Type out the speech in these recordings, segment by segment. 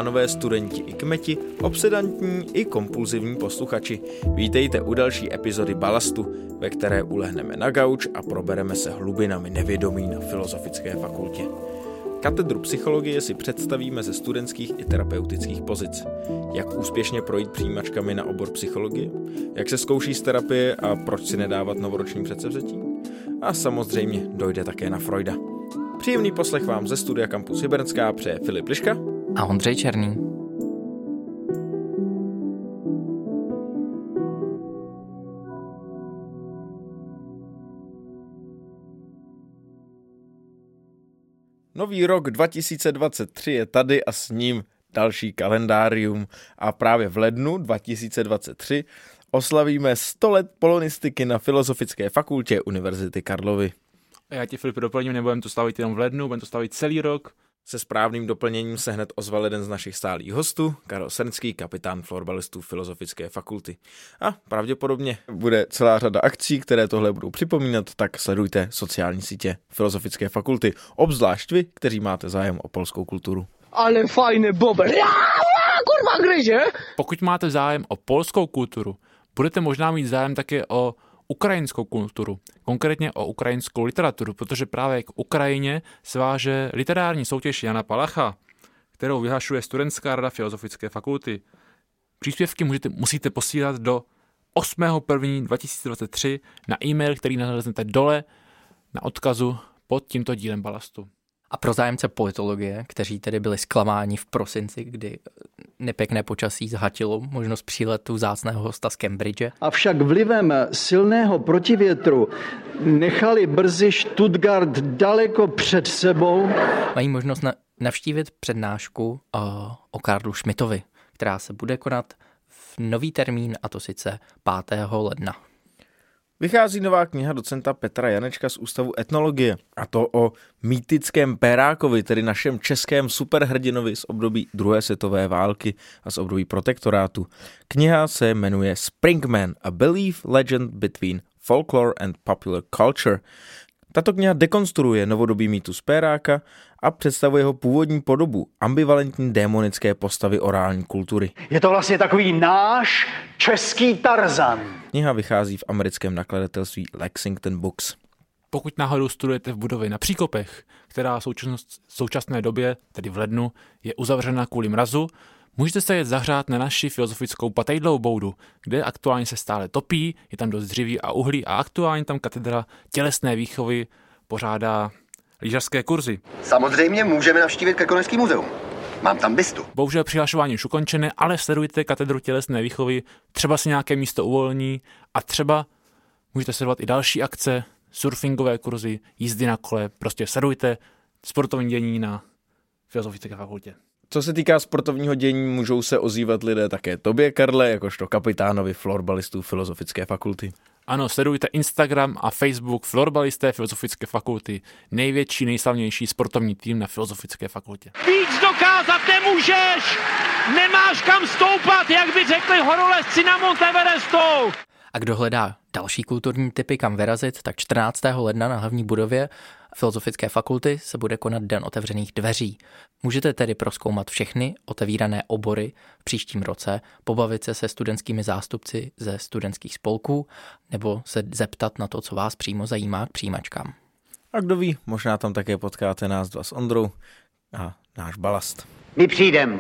pánové, studenti i kmeti, obsedantní i kompulzivní posluchači. Vítejte u další epizody Balastu, ve které ulehneme na gauč a probereme se hlubinami nevědomí na Filozofické fakultě. Katedru psychologie si představíme ze studentských i terapeutických pozic. Jak úspěšně projít přijímačkami na obor psychologie? Jak se zkouší z terapie a proč si nedávat novoroční předsevzetí? A samozřejmě dojde také na Freuda. Příjemný poslech vám ze studia Campus Hybernská přeje Filip Liška a Ondřej Černý. Nový rok 2023 je tady a s ním další kalendárium a právě v lednu 2023 oslavíme 100 let polonistiky na Filozofické fakultě Univerzity Karlovy. A já ti, Filip, doplním, nebudeme to slavit jenom v lednu, budeme to slavit celý rok. Se správným doplněním se hned ozval jeden z našich stálých hostů, Karel Srnský, kapitán florbalistů Filozofické fakulty. A pravděpodobně bude celá řada akcí, které tohle budou připomínat, tak sledujte sociální sítě Filozofické fakulty, obzvlášť vy, kteří máte zájem o polskou kulturu. Ale fajné bober. Kurva gryzie. Pokud máte zájem o polskou kulturu, budete možná mít zájem také o ukrajinskou kulturu, konkrétně o ukrajinskou literaturu, protože právě k Ukrajině sváže literární soutěž Jana Palacha, kterou vyhlašuje Studentská rada Filozofické fakulty. Příspěvky musíte posílat do 8.1.2023 na e-mail, který naleznete dole na odkazu pod tímto dílem Balastu. A pro zájemce politologie, kteří tedy byli zklamáni v prosinci, kdy nepěkné počasí zhatilo možnost příletu vzácného hosta z Cambridge. Avšak vlivem silného protivětru nechali brzy Stuttgart daleko před sebou. Mají možnost navštívit přednášku o Karlu Schmittovi, která se bude konat v nový termín, a to sice 5. ledna. Vychází nová kniha docenta Petra Janečka z Ústavu etnologie, a to o mýtickém Pérákovi, tedy našem českém superhrdinovi z období druhé světové války a z období protektorátu. Kniha se jmenuje Springman, A Belief Legend Between Folklore and Popular Culture. Tato kniha dekonstruuje novodobý mýtus Péráka a představuje jeho původní podobu, ambivalentní démonické postavy orální kultury. Je to vlastně takový náš český Tarzan. Kniha vychází v americkém nakladatelství Lexington Books. Pokud náhodou studujete v budově na Příkopech, která v současné době, tedy v lednu, je uzavřena kvůli mrazu, můžete se jet zahřát na naši filozofickou Patejdlovou boudu, kde aktuálně se stále topí, je tam dost dřeví a uhlí a aktuálně tam katedra tělesné výchovy pořádá lyžařské kurzy. Samozřejmě můžeme navštívit Krkonošský muzeum. Mám tam bystu. Bohužel přihlašování už ukončené, ale sledujte katedru tělesné výchovy, třeba si nějaké místo uvolní a třeba můžete sledovat i další akce, surfingové kurzy, jízdy na kole, prostě sledujte sportovní dění na Filozofické fakultě. Co se týká sportovního dění, můžou se ozývat lidé také tobě, Karle, jakožto kapitánovi florbalistů Filozofické fakulty. Ano, sledujte Instagram a Facebook Florbalisté Filozofické fakulty, největší, nejslavnější sportovní tým na Filozofické fakultě. Víc dokázat nemůžeš! Nemáš kam stoupat, jak by řekli horolezci na Mount Everestu! A kdo hledá další kulturní typy, kam vyrazit, tak 14. ledna na hlavní budově Filozofické fakulty se bude konat Den otevřených dveří. Můžete tedy prozkoumat všechny otevírané obory v příštím roce, pobavit se studentskými zástupci ze studentských spolků nebo se zeptat na to, co vás přímo zajímá k přijímačkám. A kdo ví, možná tam také potkáte nás dva s Ondrou a náš balast. My přijdem.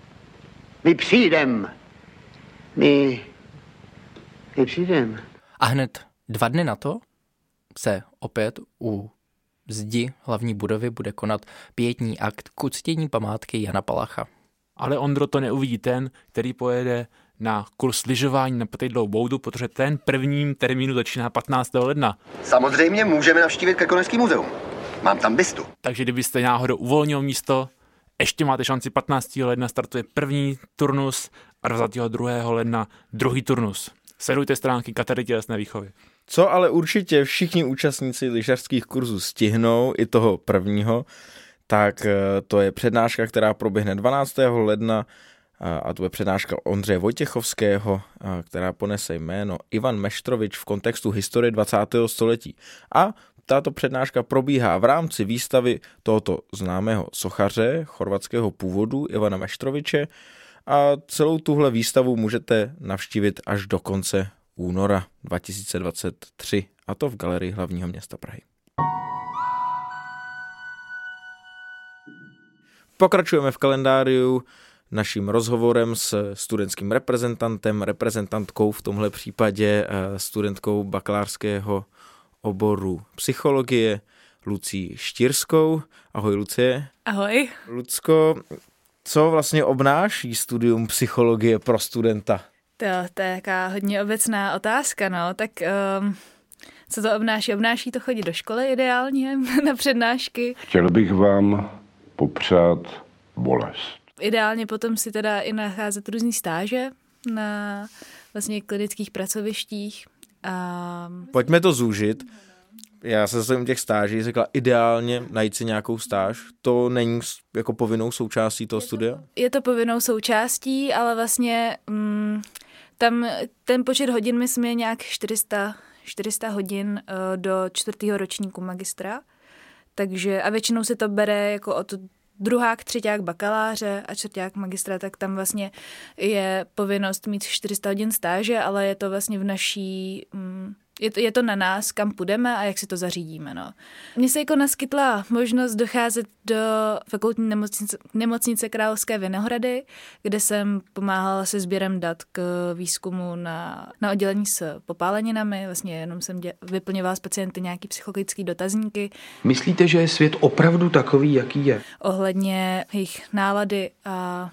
A hned 2 dny na to se opět u zdi hlavní budovy bude konat pietní akt k uctění památky Jana Palacha. Ale Ondro to neuvidí ten, který pojede na kurz lyžování na Patejdlovou boudu, protože ten prvním termínu začíná 15. ledna. Samozřejmě můžeme navštívit Krkonošský muzeum. Mám tam bystu. Takže kdybyste náhodou uvolnil místo, ještě máte šanci 15. ledna startuje první turnus a 22. ledna druhý turnus. Sledujte stránky katedry tělesné výchovy. Co ale určitě všichni účastníci lyžařských kurzů stihnou, i toho prvního, tak to je přednáška, která proběhne 12. ledna a to je přednáška Ondřeje Vojtěchovského, která ponese jméno Ivan Meštrovič v kontextu historie 20. století. A Tato přednáška probíhá v rámci výstavy tohoto známého sochaře chorvatského původu Ivana Meštroviče a celou tuhle výstavu můžete navštívit až do konce února 2023, a to v Galerii hlavního města Prahy. Pokračujeme v kalendáriu naším rozhovorem s studentským reprezentantkou, v tomhle případě studentkou bakalářského oboru psychologie, Lucí Štýrskou. Ahoj, Lucie. Ahoj. Lucko, co vlastně obnáší studium psychologie pro studenta? To je taková hodně obecná otázka, no. Tak co to obnáší? Obnáší to chodit do školy ideálně na přednášky. Chtěl bych vám popřát bolest. Ideálně potom si teda i nacházet různý stáže na vlastně klinických pracovištích. Pojďme to zúžit. Já se zase těch stáží řekla ideálně najít si nějakou stáž. To není jako povinnou součástí toho studia? Je to povinnou součástí, ale vlastně tam ten počet hodin, myslím, je nějak 400 hodin do 4. ročníku magistra. Takže a většinou se to bere jako od druhák, třeťák bakaláře a čtvrťák magistra, tak tam vlastně je povinnost mít 400 hodin stáže, ale je to vlastně v naší... Je to na nás, kam půjdeme a jak si to zařídíme. No. Mně se jako naskytla možnost docházet do fakultní nemocnice Královské Vinohrady, kde jsem pomáhala se sběrem dat k výzkumu na oddělení s popáleninami. Vlastně jenom jsem vyplňovala s pacienty nějaký psychologický dotazníky. Myslíte, že je svět opravdu takový, jaký je? Ohledně jejich nálady a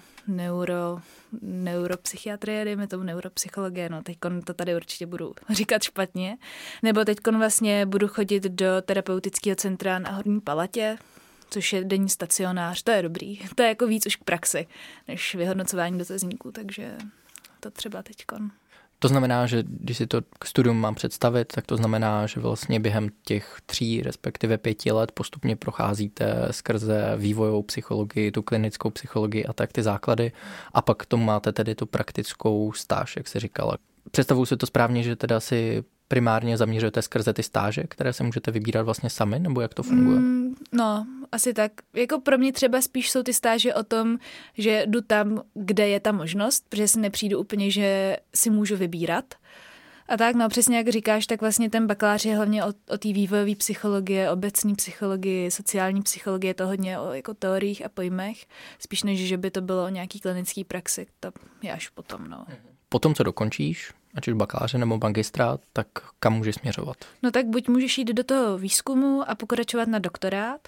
neuropsychiatrie, dejme tomu neuropsychologie, no teďkon to tady určitě budu říkat špatně, nebo teďkon vlastně budu chodit do terapeutického centra na Horní Palatě, což je denní stacionář, to je dobrý, to je jako víc už k praxi, než vyhodnocování dotazníků, takže to třeba teďkon. To znamená, že když si to k studium mám představit, tak to znamená, že vlastně během těch 3, respektive 5 let postupně procházíte skrze vývojovou psychologii, tu klinickou psychologii a tak ty základy a pak k tomu máte tedy tu praktickou stáž, jak jsi říkala. Představuji si to správně, že teda si primárně zaměřujete skrze ty stáže, které se můžete vybírat vlastně sami, nebo jak to funguje? No, asi tak. Jako pro mě třeba spíš jsou ty stáže o tom, že jdu tam, kde je ta možnost, protože si nepřijdu úplně, že si můžu vybírat. A tak, no přesně jak říkáš, tak vlastně ten bakalář je hlavně o té vývojové psychologie, obecní psychologii, sociální psychologie, to hodně o jako teoriích a pojmech, spíš než, že by to bylo o nějaký klinický praxi, to je až potom, no. Potom, co dokončíš, ať už bakaláře nebo magistrát, tak kam můžeš směřovat? No tak buď můžeš jít do toho výzkumu a pokračovat na doktorát,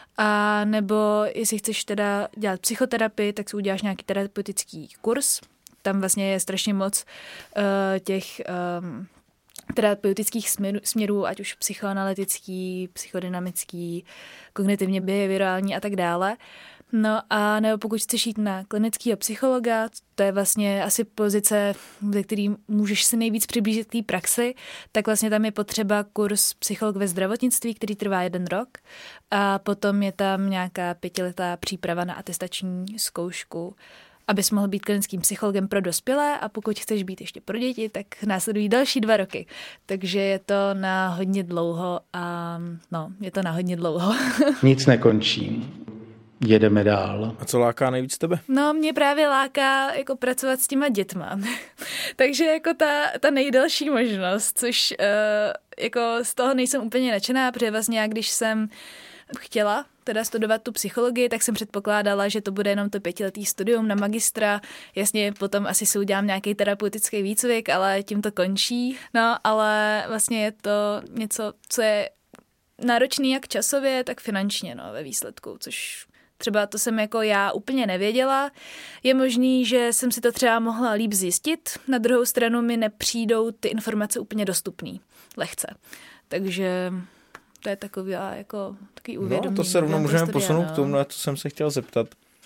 a nebo jestli chceš teda dělat psychoterapii, tak si uděláš nějaký terapeutický kurz. Tam vlastně je strašně moc těch terapeutických směrů, ať už psychoanalytický, psychodynamický, kognitivně behaviorální a tak dále. No a nebo pokud chceš jít na klinického psychologa, to je vlastně asi pozice, ze který můžeš si nejvíc přiblížit k té praxi, tak vlastně tam je potřeba kurz psycholog ve zdravotnictví, který trvá 1 rok a potom je tam nějaká 5letá příprava na atestační zkoušku, abys mohl být klinickým psychologem pro dospělé a pokud chceš být ještě pro děti, tak následují další 2 roky. Takže je to na hodně dlouho a je to na hodně dlouho. Nic nekončí. Jedeme dál. A co láká nejvíc tebe? No, mě právě láká jako pracovat s těma dětma. Takže jako ta nejdelší možnost, což jako z toho nejsem úplně nadšená, protože vlastně já, když jsem chtěla teda studovat tu psychologii, tak jsem předpokládala, že to bude jenom to 5letý studium na magistra. Jasně, potom asi si udělám nějaký terapeutický výcvik, ale tím to končí. No, ale vlastně je to něco, co je náročný jak časově, tak finančně, no, ve výsledku, což třeba to jsem jako já úplně nevěděla. Je možný, že jsem si to třeba mohla líp zjistit, na druhou stranu mi nepřijdou ty informace úplně dostupný, lehce. Takže to je takový uvědomění. No, to se rovnou můžeme posunout k tomu, na co jsem se chtěl zeptat.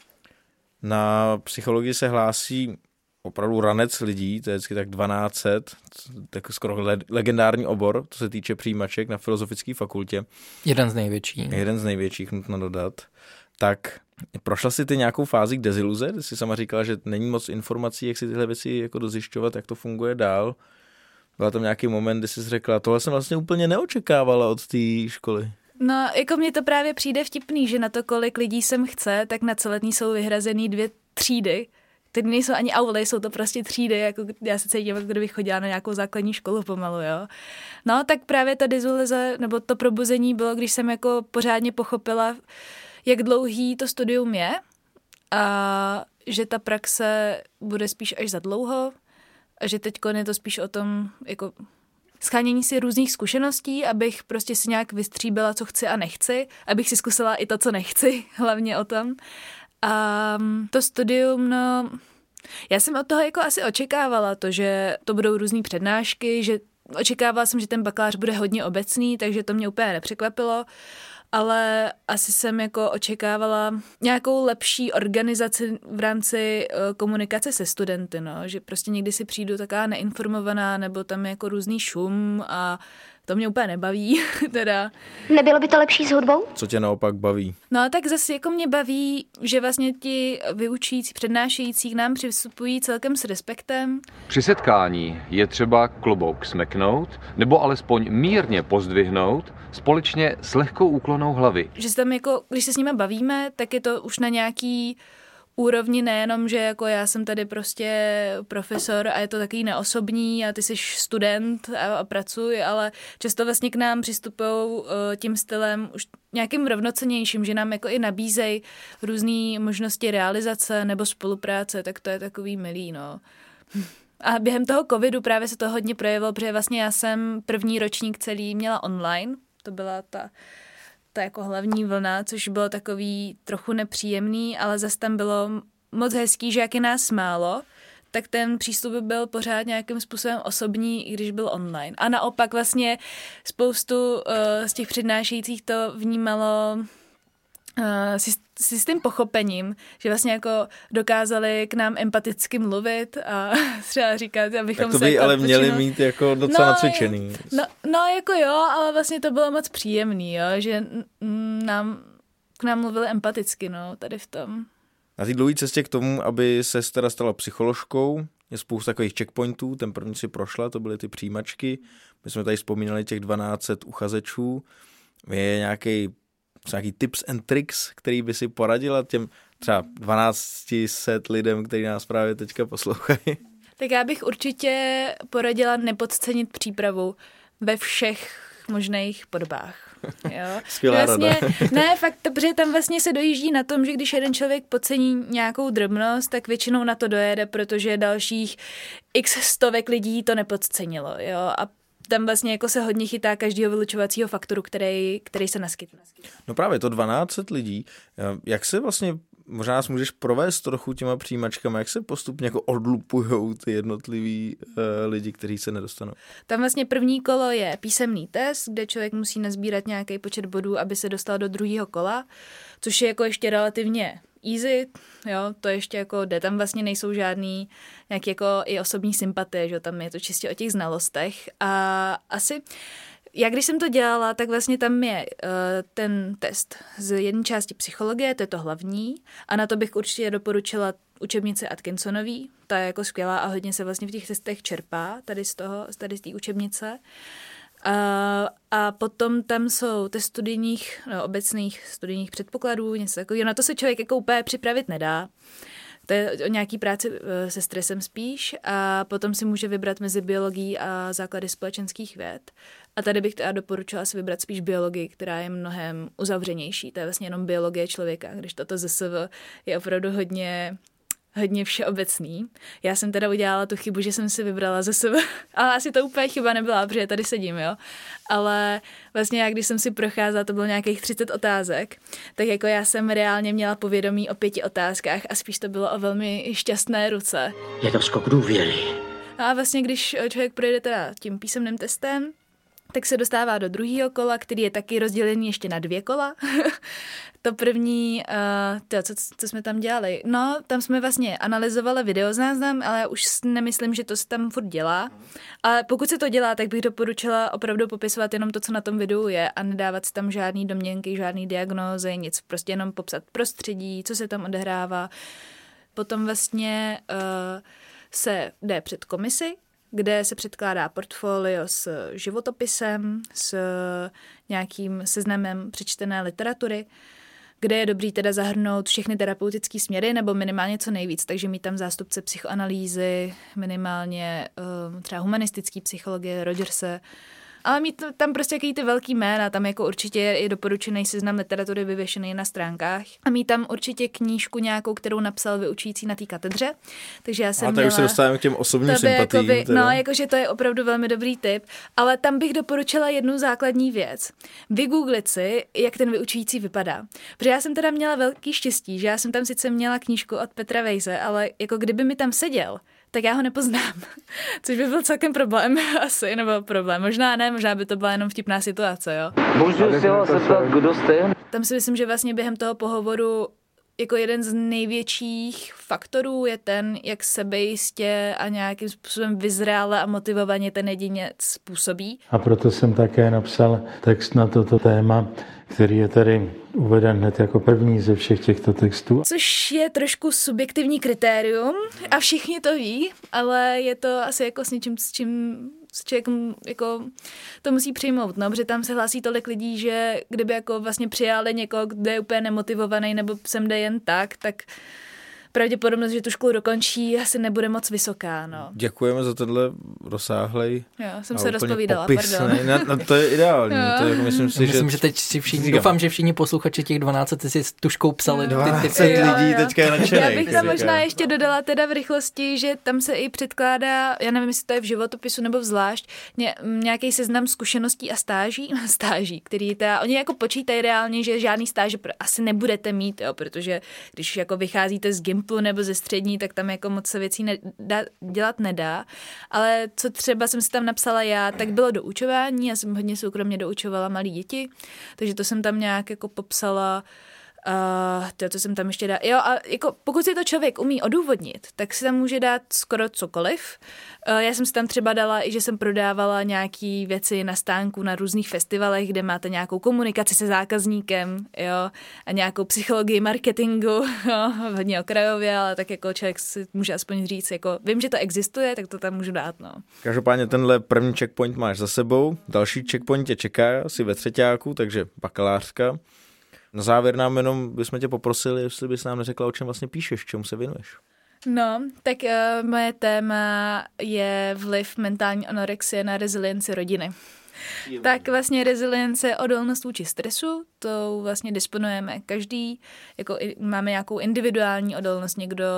Na psychologii se hlásí opravdu ranec lidí, to je vždycky tak 1200, tak skoro legendární obor, to se týče přijímaček na Filozofické fakultě. Jeden z největších, nutno dodat. Tak prošla jsi ty nějakou fázi k deziluze? Ty jsi sama říkala, že není moc informací, jak si tyhle věci jako dozjišťovat, jak to funguje dál. Byla tam nějaký moment, kdy jsi řekla, tohle jsem vlastně úplně neočekávala od té školy. No, jako mně to právě přijde vtipný, že na to, kolik lidí sem chce, tak na celetní jsou vyhrazený 2 třídy, které nejsou ani auly, jsou to prostě třídy, jako já se cítím, jako kdybych chodila na nějakou základní školu pomalu, jo. No, tak právě ta dizulize, nebo to probuzení bylo, když jsem jako pořádně pochopila, jak dlouhý to studium je a že ta praxe bude spíš až za dlouho a že teď je to spíš o tom, jako shánění si různých zkušeností, abych prostě si nějak vystříbila, co chci a nechci, abych si zkusila i to, co nechci, hlavně o tom. A to studium, no, já jsem od toho jako asi očekávala to, že to budou různý přednášky, že očekávala jsem, že ten bakalář bude hodně obecný, takže to mě úplně nepřekvapilo, ale asi jsem jako očekávala nějakou lepší organizaci v rámci komunikace se studenty, no, že prostě někdy si přijdu taková neinformovaná, nebo tam je jako různý šum a to mě úplně nebaví, teda. Nebylo by to lepší s hudbou? Co tě naopak baví? No tak zase jako mě baví, že vlastně ti vyučující, přednášející k nám přistupují celkem s respektem. Při setkání je třeba klobouk smeknout, nebo alespoň mírně pozdvihnout, společně s lehkou úklonou hlavy. Že se tam jako, když se s nimi bavíme, tak je to už na nějaký úrovni, nejenom, že jako já jsem tady prostě profesor a je to takový neosobní a ty jsi student a pracuj, ale často vlastně k nám přistupují tím stylem už nějakým rovnocennějším, že nám jako i nabízejí různé možnosti realizace nebo spolupráce, tak to je takový milý, no. A během toho covidu právě se to hodně projevilo, protože vlastně já jsem první ročník celý měla online, to byla ta jako hlavní vlna, což bylo takový trochu nepříjemný, ale zase tam bylo moc hezký, že jak je nás málo, tak ten přístup byl pořád nějakým způsobem osobní, i když byl online. A naopak vlastně spoustu z těch přednášejících to vnímalo s tím pochopením, že vlastně jako dokázali k nám empaticky mluvit a třeba říkat, abychom se... Tak to by ale měli mít jako docela nacvičený. No jako jo, ale vlastně to bylo moc příjemný, jo, že k nám mluvili empaticky, no, tady v tom. Na té dlouhé cestě k tomu, aby se teda stala psycholožkou, je spousta takových checkpointů, ten první si prošla, to byly ty přijímačky, my jsme tady vzpomínali těch 1200 uchazečů, je nějaký tips and tricks, který by si poradila těm třeba 1200 lidem, kteří nás právě teďka poslouchají? Tak já bych určitě poradila nepodcenit přípravu ve všech možných podobách. Jo? Skvělá vlastně, rada. Ne, fakt, protože tam vlastně se dojíždí na tom, že když jeden člověk podcení nějakou drobnost, tak většinou na to dojede, protože dalších x stovek lidí to nepodcenilo. Jo? A tam vlastně jako se hodně chytá každého vylučovacího faktoru, který se naskytne. No právě to 1200 lidí. Jak se vlastně, možná nás můžeš provést trochu těma přijímačkama, jak se postupně jako odlupujou ty jednotlivý lidi, kteří se nedostanou? Tam vlastně první kolo je písemný test, kde člověk musí nazbírat nějaký počet bodů, aby se dostal do druhého kola, což je jako ještě relativně easy, jo, to ještě jako jde, tam vlastně nejsou žádný nějaký jako i osobní sympatie, že tam je to čistě o těch znalostech a asi, já když jsem to dělala, tak vlastně tam je ten test z jedné části psychologie, to je to hlavní a na to bych určitě doporučila učebnici Atkinsonový, ta je jako skvělá a hodně se vlastně v těch testech čerpá tady z té učebnice. A potom tam jsou test obecných studijních předpokladů, něco takového. Na to se člověk jako úplně připravit nedá. To je o nějaký práci se stresem spíš a potom si může vybrat mezi biologií a základy společenských věd. A tady bych teda doporučila si vybrat spíš biologii, která je mnohem uzavřenější. To je vlastně jenom biologie člověka, když toto ZSV je opravdu hodně všeobecný. Já jsem teda udělala tu chybu, že jsem si vybrala ze sebe, ale asi to úplně chyba nebyla, protože tady sedím, jo. Ale vlastně já, když jsem si procházela, to bylo nějakých 30 otázek, tak jako já jsem reálně měla povědomí o 5 otázkách a spíš to bylo o velmi šťastné ruce. Je to skok důvěry. A vlastně, když člověk projde teda tím písemným testem, tak se dostává do druhého kola, který je taky rozdělený ještě na 2 kola. To první, co jsme tam dělali? No, tam jsme vlastně analyzovali videozáznam, ale já už nemyslím, že to se tam furt dělá. Ale pokud se to dělá, tak bych doporučila opravdu popisovat jenom to, co na tom videu je a nedávat si tam žádný domněnky, žádný diagnózy, nic. Prostě jenom popsat prostředí, co se tam odehrává. Potom vlastně se jde před komisi, kde se předkládá portfolio s životopisem, s nějakým seznamem přečtené literatury, kde je dobrý teda zahrnout všechny terapeutické směry nebo minimálně co nejvíc, takže mít tam zástupce psychoanalýzy, minimálně třeba humanistické psychologie, Rogerse, ale mít tam prostě jaký ty velký jména, tam jako určitě je doporučený seznam literatury vyvěšený na stránkách a mít tam určitě knížku nějakou, kterou napsal vyučující na té katedře. Takže já jsem měla... už se dostáváme k těm osobním sympatiím. Jakože to je opravdu velmi dobrý tip, ale tam bych doporučila jednu základní věc. Vygooglit si, jak ten vyučující vypadá. Protože já jsem teda měla velký štěstí, že já jsem tam sice měla knížku od Petra Vejze, ale jako kdyby mi tam seděl, tak já ho nepoznám. Což by byl celkem problém asi, nebo problém. Možná ne, možná by to byla jenom vtipná situace, jo. Můžu si vás zeptat, kdo jste? Tam si myslím, že vlastně během toho pohovoru jako jeden z největších faktorů je ten, jak sebejistě a nějakým způsobem vyzrále a motivovaně ten jedinec působí. A proto jsem také napsal text na toto téma, který je tady uveden hned jako první ze všech těchto textů. Což je trošku subjektivní kritérium a všichni to ví, ale je to asi jako s něčím, s čím člověk jako to musí přijmout, no, protože tam se hlásí tolik lidí, že kdyby jako vlastně přijali někoho, kdo je úplně nemotivovaný nebo sem jde jen tak pravděpodobnost, že tu školu dokončí, asi nebude moc vysoká, no. Děkujeme za tenhle rozsáhlej. Jo, jsem se rozpovídala, pardon. No, to je ideální. To je, myslím, že teď si všichni, doufám, že všichni posluchači těch 12 si s tuškou psali. 12 lidí teďka je nadšenej. Já bych tam možná ještě dodala teda v rychlosti, že tam se i předkládá, já nevím, jestli to je v životopisu nebo zvlášť, nějaký seznam zkušeností a stáží, který teda, oni jako počítají reálně, že žádný stáže asi nebudete mít, jo, protože když jako vycházíte z Gimplu nebo ze střední, tak tam jako moc se věcí dělat nedá. Ale co třeba jsem si tam napsala já, tak bylo doučování. Já jsem hodně soukromně doučovala malé děti, takže to jsem tam nějak jako popsala. To jsem tam ještě dala. Jo, a jako pokud si to člověk umí odůvodnit, tak si tam může dát skoro cokoliv. Já jsem si tam třeba dala i, že jsem prodávala nějaký věci na stánku na různých festivalech, kde máte nějakou komunikaci se zákazníkem, jo, a nějakou psychologii marketingu, jo, hodně okrajově, ale tak jako člověk si může aspoň říct, jako vím, že to existuje, tak to tam můžu dát, no. Každopádně tenhle první checkpoint máš za sebou, další checkpoint tě čeká, asi ve třeťáku, takže bakalářka. Na závěr nám jenom bychom tě poprosili, jestli bys nám neřekla, o čem vlastně píšeš, čemu se věnuješ. No, tak moje téma je vliv mentální anorexie na rezilienci rodiny. Tak vlastně rezilience, odolnost vůči stresu, to vlastně disponujeme každý, jako máme nějakou individuální odolnost,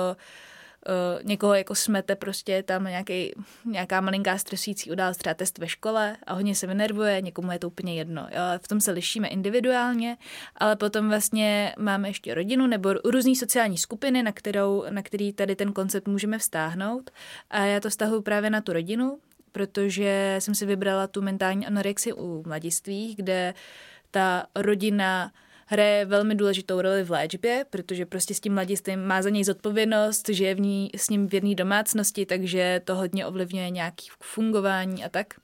někoho jako smete prostě tam nějaká malinká stresující událost, třeba test ve škole a hodně se vynervuje, někomu je to úplně jedno. Jo, v tom se lišíme individuálně, ale potom vlastně máme ještě rodinu nebo různý sociální skupiny, na který tady ten koncept můžeme vztáhnout. A já to vztahuji právě na tu rodinu, protože jsem si vybrala tu mentální anorexii u mladistvých, kde ta rodina hraje velmi důležitou roli v léčbě, protože prostě s tím mladistvím má za něj zodpovědnost, že je s ním v jedné domácnosti, takže to hodně ovlivňuje nějaké fungování a tak.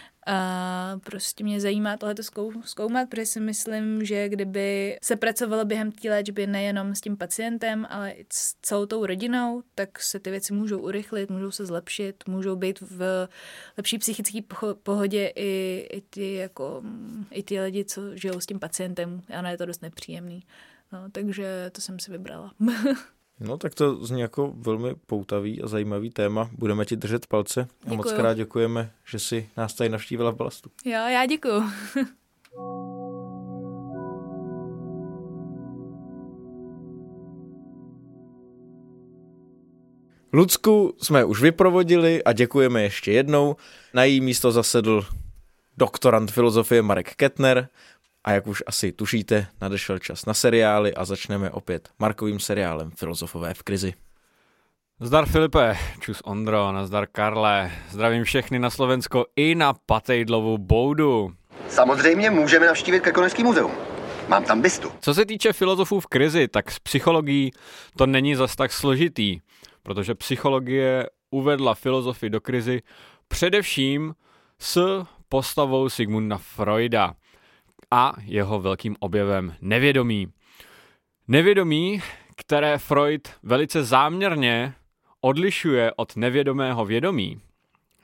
A prostě mě zajímá tohleto zkoumat, protože si myslím, že kdyby se pracovalo během té léčby nejenom s tím pacientem, ale i s celou tou rodinou, tak se ty věci můžou urychlit, můžou se zlepšit, můžou být v lepší psychické pohodě i ty lidi, co žijou s tím pacientem. Ano, je to dost nepříjemný. No, takže to jsem si vybrala. No tak to zní jako velmi poutavý a zajímavý téma. Budeme ti držet palce a moc krát děkujeme, že jsi nás tady navštívila v Balastu. Jo, já děkuju. Lucku jsme už vyprovodili a děkujeme ještě jednou. Na její místo zasedl doktorand filozofie Marek Kettner. A jak už asi tušíte, nadešel čas na seriály a začneme opět Markovým seriálem Filozofové v krizi. Zdar Filipe, čus Ondro, nazdar Karle, zdravím všechny na Slovensko i na Patejdlovu boudu. Samozřejmě můžeme navštívit Krkonošský muzeum. Mám tam bystu. Co se týče filozofů v krizi, tak s psychologií to není zas tak složitý, protože psychologie uvedla filozofii do krizi především s postavou Sigmunda Freuda a jeho velkým objevem nevědomí. Nevědomí, které Freud velice záměrně odlišuje od nevědomého vědomí,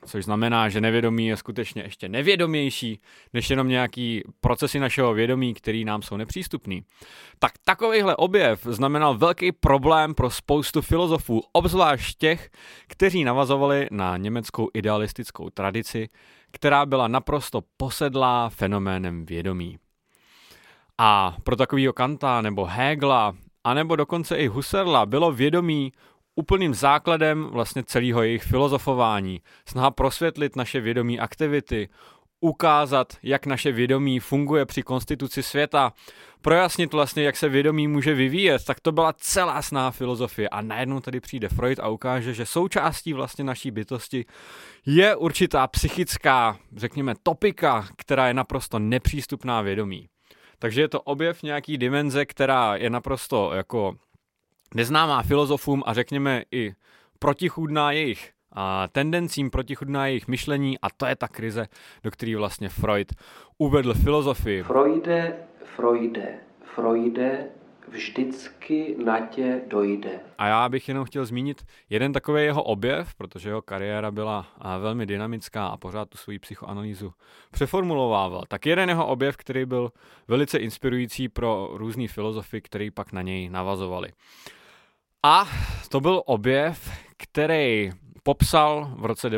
což znamená, že nevědomí je skutečně ještě nevědomější než jenom nějaký procesy našeho vědomí, který nám jsou nepřístupný. Tak takovýhle objev znamenal velký problém pro spoustu filozofů, obzvlášť těch, kteří navazovali na německou idealistickou tradici, která byla naprosto posedlá fenoménem vědomí. A pro takovýho Kanta nebo Hegela, anebo dokonce i Husserla bylo vědomí úplným základem vlastně celého jejich filozofování. Snaha prosvětlit naše vědomí aktivity, ukázat, jak naše vědomí funguje při konstituci světa, projasnit vlastně, jak se vědomí může vyvíjet, tak to byla celá snaha filozofie. A najednou tady přijde Freud a ukáže, že součástí vlastně naší bytosti je určitá psychická, řekněme, topika, která je naprosto nepřístupná vědomí. Takže je to objev nějaký dimenze, která je naprosto jako neznámá filozofům a řekněme i protichůdná jejich tendencím, protichůdná jejich myšlení, a to je ta krize, do které vlastně Freud uvedl filozofii. Freude, vždycky na tě dojde. A já bych jenom chtěl zmínit jeden takový jeho objev, protože jeho kariéra byla velmi dynamická a pořád tu svoji psychoanalýzu přeformulovával. Tak jeden jeho objev, který byl velice inspirující pro různý filozofy, který pak na něj navazovali. A to byl objev, který popsal v roce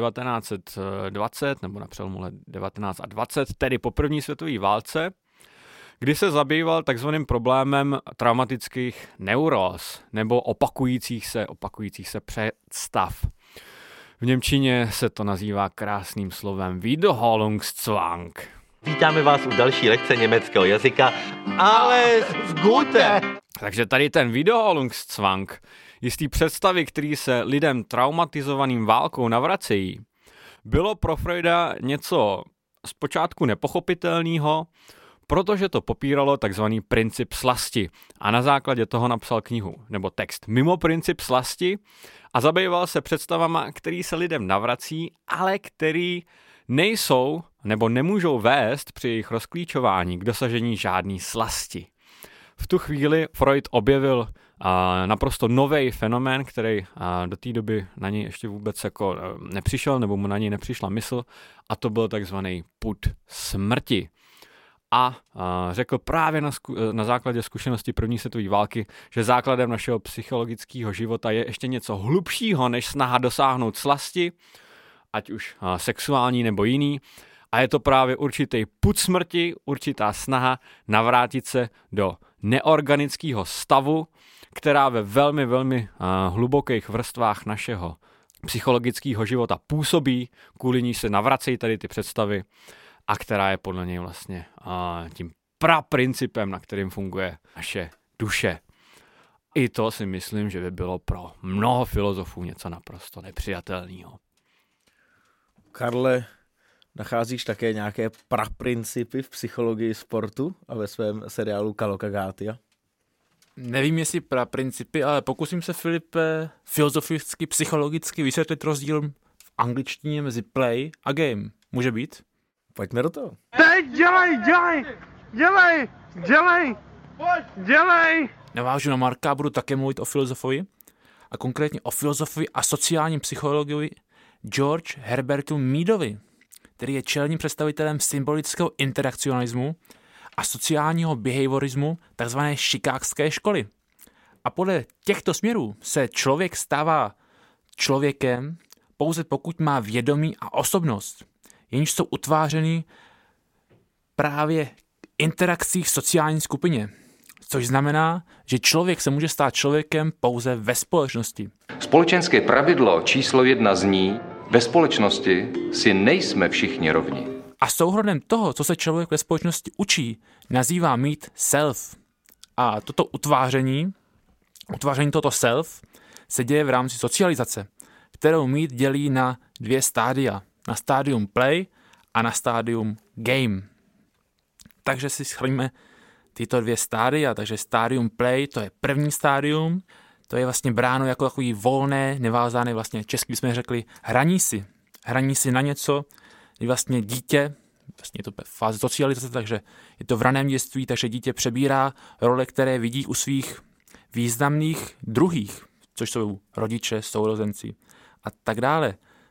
1920, nebo na přelomu let 19 a 20, tedy po první světové válce, kdy se zabýval takzvaným problémem traumatických neuróz, nebo opakujících se představ. V němčině se to nazývá krásným slovem Wiederholungszwang. Vítáme vás u další lekce německého jazyka, ale gute! Takže tady ten Wiederholungszwang, jistý představy, který se lidem traumatizovaným válkou navracejí, bylo pro Freuda něco zpočátku nepochopitelného, protože to popíralo takzvaný princip slasti a na základě toho napsal knihu nebo text Mimo princip slasti a zabýval se představama, který se lidem navrací, ale který nejsou nebo nemůžou vést při jejich rozklíčování k dosažení žádný slasti. V tu chvíli Freud objevil naprosto nový fenomén, který do té doby na něj ještě vůbec jako nepřišel, nebo mu na něj nepřišla mysl, a to byl takzvaný pud smrti. A řekl právě na základě zkušenosti první světové války, že základem našeho psychologického života je ještě něco hlubšího, než snaha dosáhnout slasti, ať už sexuální nebo jiný. A je to právě určitý pud smrti, určitá snaha navrátit se do neorganického stavu, která ve velmi, velmi hlubokých vrstvách našeho psychologického života působí, kvůli ní se navracejí tady ty představy, a která je podle něj vlastně tím praprincipem, na kterým funguje naše duše. I to si myslím, že by bylo pro mnoho filozofů něco naprosto nepřijatelného. Karle, nacházíš také nějaké praprincipy v psychologii sportu a ve svém seriálu Kalokagátia? Nevím, jestli praprincipy, ale pokusím se, Filipe, filozoficky, psychologicky vysvětlit rozdíl v angličtině mezi play a game. Může být? Pojďme do toho. Teď dělej! Navážu na Marka, budu také mluvit o filozofii a konkrétně o filozofii a sociální psychologii George Herbertu Meadovi, který je čelním představitelem symbolického interakcionalismu a sociálního behaviorismu tzv. Chicagské školy. A podle těchto směrů se člověk stává člověkem pouze pokud má vědomí a osobnost, jenž jsou utvářeny právě interakcí v sociální skupině, což znamená, že člověk se může stát člověkem pouze ve společnosti. Společenské pravidlo číslo 1 zní: ve společnosti si nejsme všichni rovni. A souhrnem toho, co se člověk ve společnosti učí, nazývá mít self. A toto utváření tohoto self se děje v rámci socializace, kterou mít dělí na 2 stádia. Na stádium play a na stádium game. Takže si shrníme tyto 2 stádia. Takže stádium play, to je první stádium, to je vlastně bráno jako takový volné, nevázané, vlastně česky jsme řekli hraní si na něco, kdy vlastně dítě, vlastně je to fáze socializace, takže je to v raném dětství, takže dítě přebírá role, které vidí u svých významných druhých, což jsou rodiče, sourozenci a tak dále.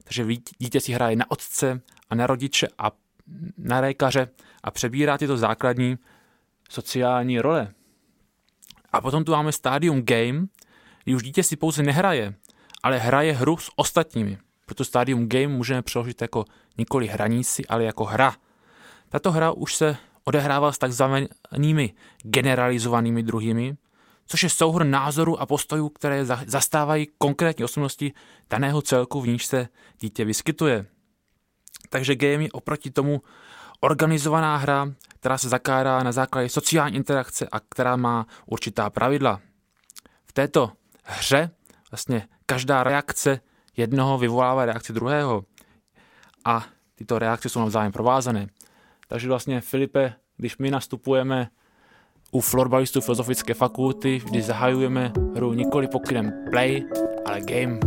takže dítě si hraje na otce a na rodiče a na lékaře a přebírá tyto základní sociální role. A potom tu máme stádium game, kdy už dítě si pouze nehraje, ale hraje hru s ostatními. Proto stádium game můžeme přeložit jako nikoli hraní si, ale jako hra. Tato hra už se odehrává s takzvanými generalizovanými druhymi, což je souhrn názorů a postojů, které zastávají konkrétní osobnosti daného celku, v níž se dítě vyskytuje. Takže game je oproti tomu organizovaná hra, která se zakládá na základě sociální interakce a která má určitá pravidla. V této hře vlastně každá reakce jednoho vyvolává reakci druhého a tyto reakce jsou navzájem provázané. Takže vlastně, Filipe, když my nastupujeme u florbalistů Filozofické fakulty, kdy zahajujeme hru nikoli pokynem play, ale game.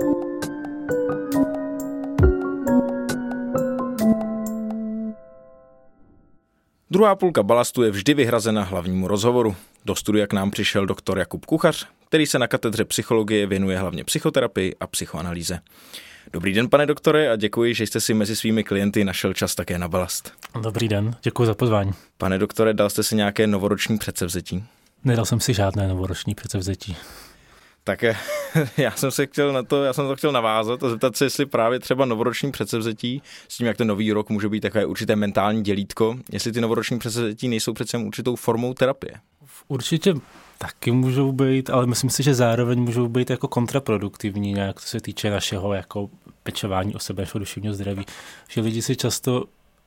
Druhá půlka Balastu je vždy vyhrazena hlavnímu rozhovoru. Do studia k nám přišel doktor Jakub Kuchař, který se na katedře psychologie věnuje hlavně psychoterapii a psychoanalýze. Dobrý den, pane doktore, a děkuji, že jste si mezi svými klienty našel čas také na Balast. Dobrý den, děkuji za pozvání. Pane doktore, dal jste si nějaké novoroční předsevzetí? Nedal jsem si žádné novoroční předsevzetí. Tak já jsem to chtěl navázat a zeptat se, jestli právě třeba novoroční předsevzetí, s tím, jak ten nový rok může být takové určité mentální dělítko, jestli ty novoroční předsevzetí nejsou přece určitou formou terapie. Určitě taky můžou být, ale myslím si, že zároveň můžou být jako kontraproduktivní nějak, co se týče našeho jako pečování o sebe, našeho duševního zdraví. Že lidi si často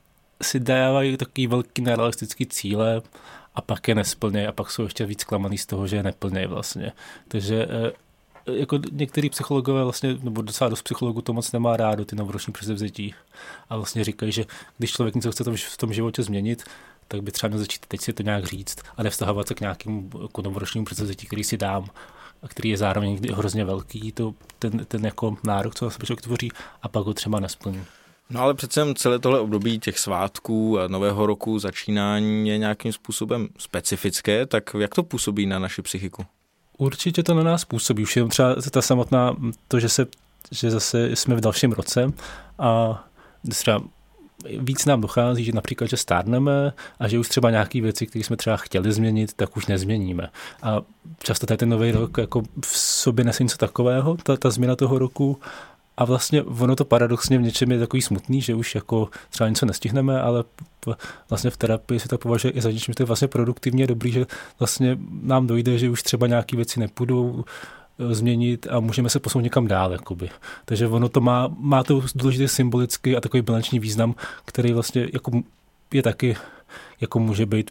dávají takový velký nerealistický cíle a pak je nesplnějí a pak jsou ještě víc zklamaný z toho, že je neplnějí vlastně. Takže jako některý psychologové vlastně, nebo docela dost psychologů to moc nemá rádo, ty novoroční předsevzetí. A vlastně říkají, že když člověk něco chce v tom životě změnit, tak by třeba měl začít teď si to nějak říct a nevztahovat se k nějakému jako novoročnímu předsevzetí, který si dám a který je zároveň hrozně velký, ten jako nárok, co se člověk tvoří, a pak ho třeba nesplní. No ale přece celé tohle období těch svátků a nového roku, začínání je nějakým způsobem specifické, tak jak to působí na naši psychiku? Určitě to na nás působí. Už je třeba ta samotná, to, že zase jsme v dalším roce a třeba víc nám dochází, že například, že stárneme a že už třeba nějaké věci, které jsme třeba chtěli změnit, tak už nezměníme. A často ten nový rok jako v sobě nese něco takového, ta změna toho roku. A vlastně ono to paradoxně v něčem je takový smutný, že už jako třeba něco nestihneme, ale vlastně v terapii se to považuje i za něčím, že to je vlastně produktivně dobrý, že vlastně nám dojde, že už třeba nějaké věci nepůjdou změnit a můžeme se posunout někam dál. Jakoby. Takže ono to má to důležitý symbolický a takový bilanční význam, který vlastně jako je taky, jako může být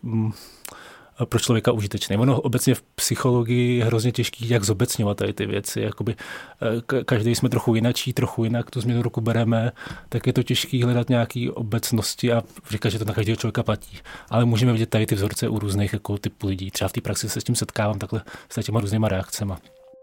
pro člověka užitečný. Ono obecně v psychologii je hrozně těžký, jak zobecňovat tady ty věci. Jakoby, každý jsme trochu jinačí, trochu jinak tu změnu roku bereme, tak je to těžký hledat nějaké obecnosti a říkat, že to na každého člověka platí. Ale můžeme vidět tady ty vzorce u různých jako typů lidí. Třeba v té praxi se s tím setkávám takhle s těma různýma reakcemi.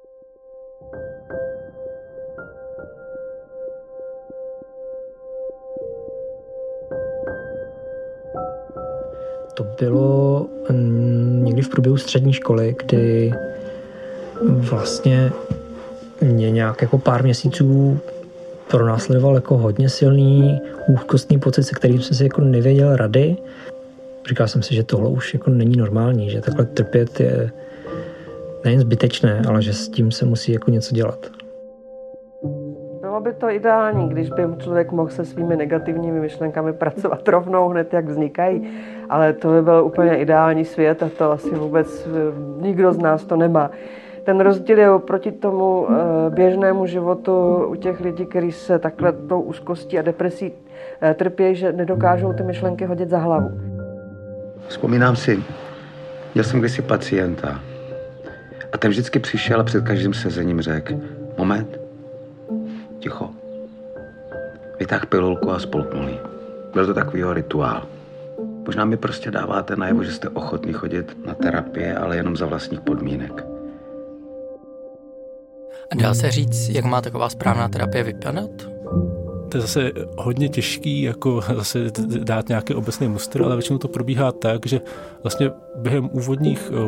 To bylo někdy v průběhu střední školy, kdy vlastně mě nějak jako pár měsíců pronásledoval jako hodně silný úzkostný pocit, se kterým jsem si jako nevěděl rady. Říkal jsem si, že tohle už jako není normální, že takhle trpět je nejen zbytečné, ale že s tím se musí jako něco dělat. Bylo by to ideální, když by člověk mohl se svými negativními myšlenkami pracovat rovnou hned, jak vznikají, ale to by byl úplně ideální svět a to asi vůbec nikdo z nás to nemá. Ten rozdíl je oproti tomu běžnému životu u těch lidí, kteří se takhle tou úzkostí a depresí trpějí, že nedokážou ty myšlenky hodit za hlavu. Vzpomínám si, měl jsem kdysi pacienta a ten vždycky přišel a před každým sezením řekl: moment, ticho. Vytáhl pilulku a spolknul ji. Byl to takovýho rituál. Možná mi prostě dáváte najevo, že jste ochotní chodit na terapie, ale jenom za vlastních podmínek. A dá se říct, jak má taková správná terapie vypadat? To je zase hodně těžký, jako zase dát nějaký obecný mustr, ale většinou to probíhá tak, že vlastně během úvodních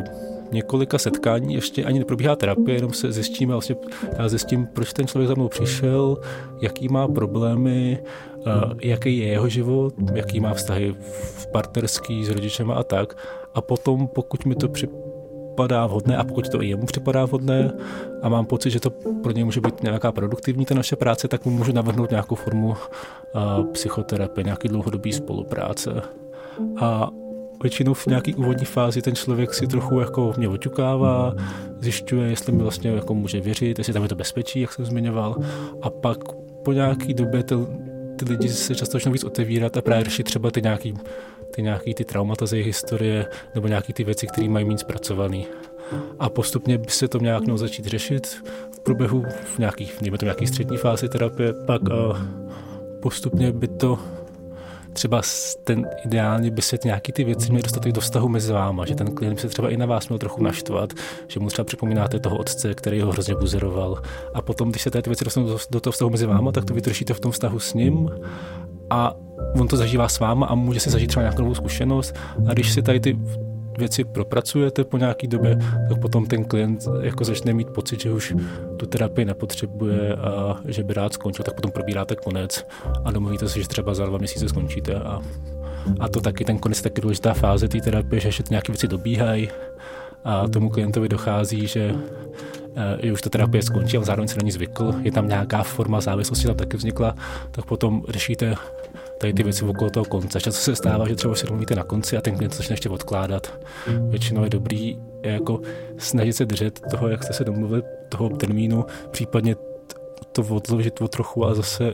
několika setkání ještě ani neprobíhá terapie, jenom se zjistíme, vlastně já zjistím, proč ten člověk za mnou přišel, jaký má problémy, jaký je jeho život, jaký má vztahy partnerský s rodičema a tak. A potom, pokud mi to připadá vhodné a pokud to i jemu připadá vhodné a mám pocit, že to pro něj může být nějaká produktivní ta naše práce, tak mu můžu navrhnout nějakou formu psychoterapie, nějaký dlouhodobý spolupráce. A většinou v nějaký úvodní fázi ten člověk si trochu jako mě oťukává, zjišťuje, jestli mi vlastně jako může věřit, jestli tam je to bezpečí, jak jsem zmiňoval. A pak po nějaký době ty lidi se často začnou víc otevírat a právě řešit třeba ty nějaký traumata z jejich historie nebo nějaký ty věci, které mají méně zpracovaný. A postupně by se to nějak mělo začít řešit v průběhu v nějaký střední fázi terapie, pak postupně by to třeba ideálně by se nějaký ty věci měly dostat do vztahu mezi váma, že ten klient by se třeba i na vás měl trochu naštvat, že mu třeba připomínáte toho otce, který ho hrozně buzeroval. A potom, když se ty věci dostanou do toho vztahu mezi váma, tak to vydržíte v tom vztahu s ním a on to zažívá s váma a může si zažít třeba nějakou novou zkušenost. A když si tady ty věci propracujete po nějaký době, tak potom ten klient jako začne mít pocit, že už tu terapii nepotřebuje a že by rád skončil, tak potom probíráte konec a domluvíte se, že třeba za 2 měsíce skončíte a to taky, ten konec je taky důležitá fáze té terapie, že ještě nějaké věci dobíhají a tomu klientovi dochází, že už ta terapie skončí, ale zároveň se na ní zvykl, je tam nějaká forma závislosti, tam taky vznikla, tak potom řešíte tady ty věci okolo toho konce. Často se stává, že třeba si domluvíte na konci a ten klient začne ještě odkládat. Většinou je dobrý jako snažit se držet toho, jak jste se domluvili, toho termínu, případně to odložit o trochu a zase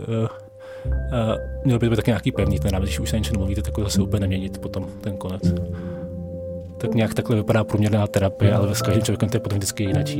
mělo by to být taky nějaký pevný ten rámec, když už se něco domluvíte, tak zase úplně neměnit potom ten konec. Tak nějak takhle vypadá průměrná terapie, ale s každým člověkem to je potom vždycky jinačí.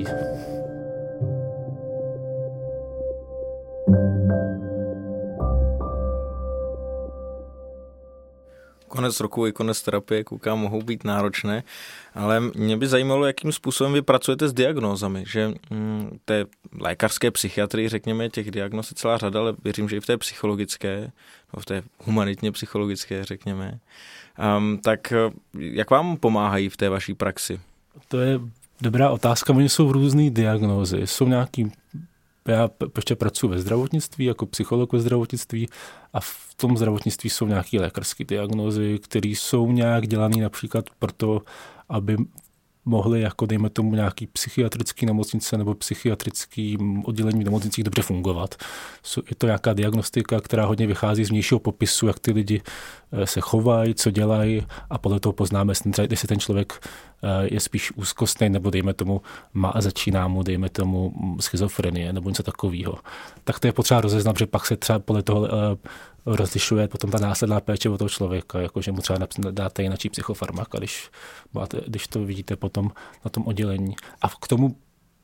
Konec roku i konec terapie, koukám, mohou být náročné, ale mě by zajímalo, jakým způsobem vy pracujete s diagnózami, že té lékařské psychiatrii, řekněme, těch diagnóz je celá řada, ale věřím, že i v té psychologické, v té humanitně psychologické, řekněme. Tak jak vám pomáhají v té vaší praxi? To je dobrá otázka, oni jsou různý diagnózy, jsou nějaký. Já ještě pracuji ve zdravotnictví, jako psycholog ve zdravotnictví a v tom zdravotnictví jsou nějaké lékařské diagnózy, které jsou nějak dělané například proto, aby mohly, jako dejme tomu, nějaký psychiatrický nemocnice nebo psychiatrický oddělení v nemocnicích dobře fungovat. Je to nějaká diagnostika, která hodně vychází z vnějšího popisu, jak ty lidi se chovají, co dělají a podle toho poznáme, jestli ten člověk je spíš úzkostný nebo dejme tomu začíná mu, dejme tomu, schizofrenie nebo něco takového. Tak to je potřeba rozeznat, že pak se třeba podle toho rozlišuje potom ta následná péče od toho člověka, jakože mu třeba dáte jináčí psychofarmaka, když to vidíte potom na tom oddělení. A k tomu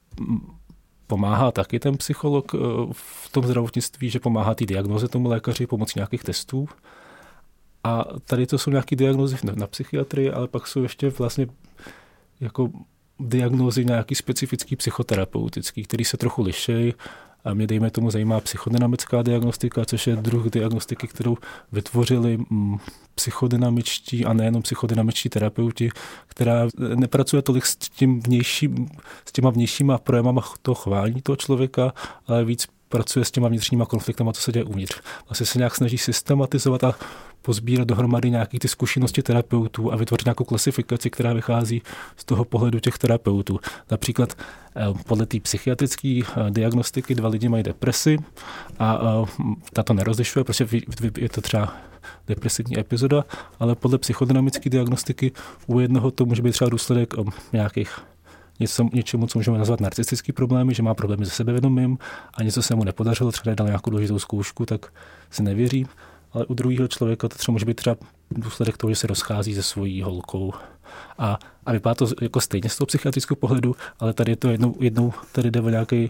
pomáhá taky ten psycholog v tom zdravotnictví, že pomáhá té diagnoze tomu lékaři pomocí nějakých testů. A tady to jsou nějaké diagnózy na psychiatrii, ale pak jsou ještě vlastně jako diagnózy nějaký specifický psychoterapeutický, který se trochu liší. A mě, dejme tomu, zajímá psychodynamická diagnostika, což je druh diagnostiky, kterou vytvořili psychodynamičtí a nejenom psychodynamičtí terapeuti, která nepracuje tolik s těma vnějšíma projevama toho chování toho člověka, ale víc pracuje s těma vnitřníma konfliktama, co se děje uvnitř. Vlastně se nějak snaží systematizovat a pozbírat dohromady nějaké ty zkušenosti terapeutů a vytvořit nějakou klasifikaci, která vychází z toho pohledu těch terapeutů. Například podle té psychiatrické diagnostiky 2 lidi mají depresi a ta to nerozlišuje, protože je to třeba depresivní epizoda, ale podle psychodynamické diagnostiky u jednoho to může být třeba důsledek nějakých něčemu, co můžeme nazvat narcistický problémy, že má problémy se sebevědomím a něco se mu nepodařilo, třeba dal nějakou důležitou zkoušku, tak si nevěří. Ale u druhého člověka to třeba může být třeba důsledek toho, že se rozchází se svojí holkou. A vypadá to jako stejně z toho psychiatrického pohledu, ale tady je to jednou tady jde o nějaký,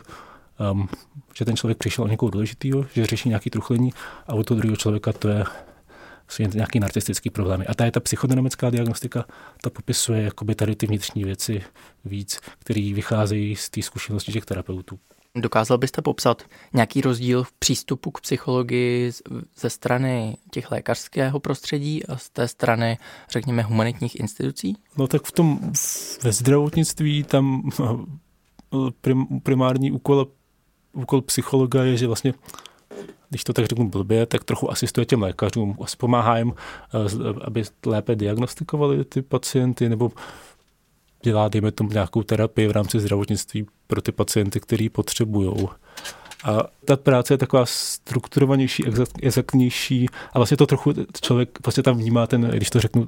že ten člověk přišel o někoho důležitýho, že řeší nějaký truchlení a u toho druhého člověka to jsou nějaké narcistické problémy. A tady ta psychodynamická diagnostika, ta popisuje jakoby tady ty vnitřní věci víc, které vycházejí z té zkušenosti těch terapeutů. Dokázal byste popsat nějaký rozdíl v přístupu k psychologii ze strany těch lékařského prostředí a z té strany, řekněme, humanitních institucí? No tak ve zdravotnictví tam primární úkol psychologa je, že vlastně, když to tak řeknu blbě, tak trochu asistuje těm lékařům, pomáhá jim, aby lépe diagnostikovali ty pacienty, nebo dělá, dejme tomu, nějakou terapii v rámci zdravotnictví pro ty pacienty, který potřebujou. A ta práce je taková strukturovanější, exaktnější a vlastně to trochu člověk vlastně tam vnímá když to řeknu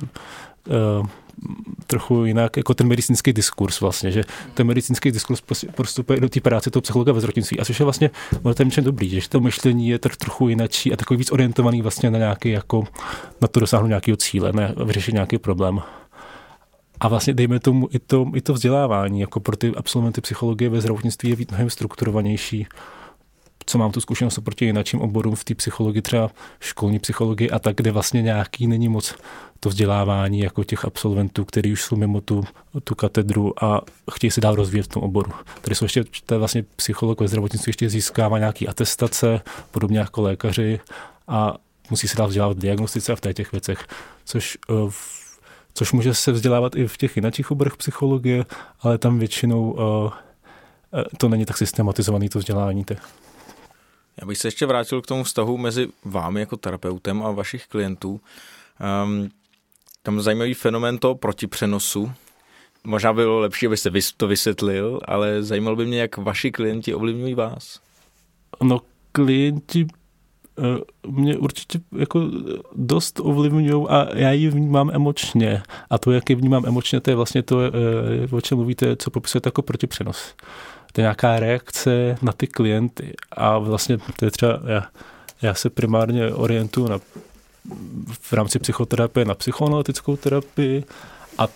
trochu jinak, jako ten medicínský diskurs vlastně, že ten medicínský diskurs prostupuje do té práce toho psychologa ve zdravotnictví. A což je vlastně něčem dobrý, že to myšlení je trochu jinačí a takový víc orientovaný vlastně na nějaký, jako na to dosáhnout nějakého cíle, ne vyřešit nějaký problém. A vlastně dejme tomu i to vzdělávání, jako pro ty absolventy psychologie ve zdravotnictví je mnohem strukturovanější. Co mám tu zkušenost oproti jináčím oborům v té psychologii, třeba školní psychologii a tak, kde vlastně nějaký není moc to vzdělávání jako těch absolventů, kteří už jsou mimo tu katedru a chtějí se dál rozvíjet v tom oboru. Tady jsou ještě, to je vlastně psycholog ve zdravotnictví ještě získává nějaký atestace, podobně jako lékaři a musí se dál vzdělávat v diagnostice a v těch věcech, což může se vzdělávat i v těch jiných oborech psychologie, ale tam většinou to není tak systematizovaný to vzdělání. Já bych se ještě vrátil k tomu vztahu mezi vámi jako terapeutem a vašich klientů. Tam zajímavý fenomén toho protipřenosu. Možná bylo lepší, abyste to vysvětlil, ale zajímalo by mě, jak vaši klienti ovlivňují vás. No, klienti mě určitě jako dost ovlivňují a já ji vnímám emočně. A to, jak ji vnímám emočně, to je vlastně to, o čem mluvíte, co popisujete jako protipřenos. To je nějaká reakce na ty klienty. A vlastně to je třeba, já se primárně orientuju v rámci psychoterapie na psychoanalytickou terapii a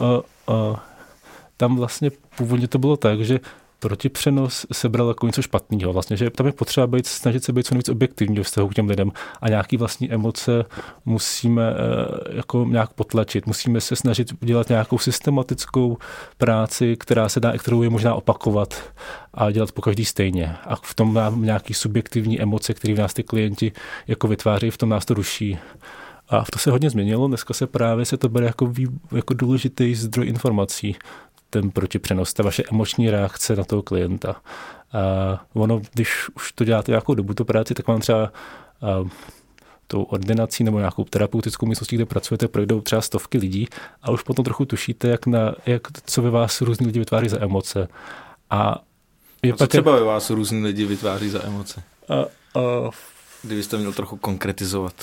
tam vlastně původně to bylo tak, že protipřenos se bral jako něco špatného. Vlastně, že tam je potřeba snažit se být co nejvíc objektivní vztahu k těm lidem a nějaký vlastní emoce musíme jako nějak potlačit. Musíme se snažit dělat nějakou systematickou práci, kterou je možná opakovat a dělat po každý stejně. A v tom nám nějaký subjektivní emoce, které v nás ty klienti jako vytváří, v tom nás to ruší. A to se hodně změnilo. Dneska se to bere jako důležitý zdroj informací. Ten protipřenos, ta vaše emoční reakce na toho klienta. Ono, když už to děláte nějakou dobu, tu práci, tak vám třeba tou ordinací nebo nějakou terapeutickou místností, kde pracujete, projdou třeba stovky lidí a už potom trochu tušíte, co ve vás různý lidi vytváří za emoce. A co třeba ve vás různý lidi vytváří za emoce? Kdybyste měl trochu konkretizovat.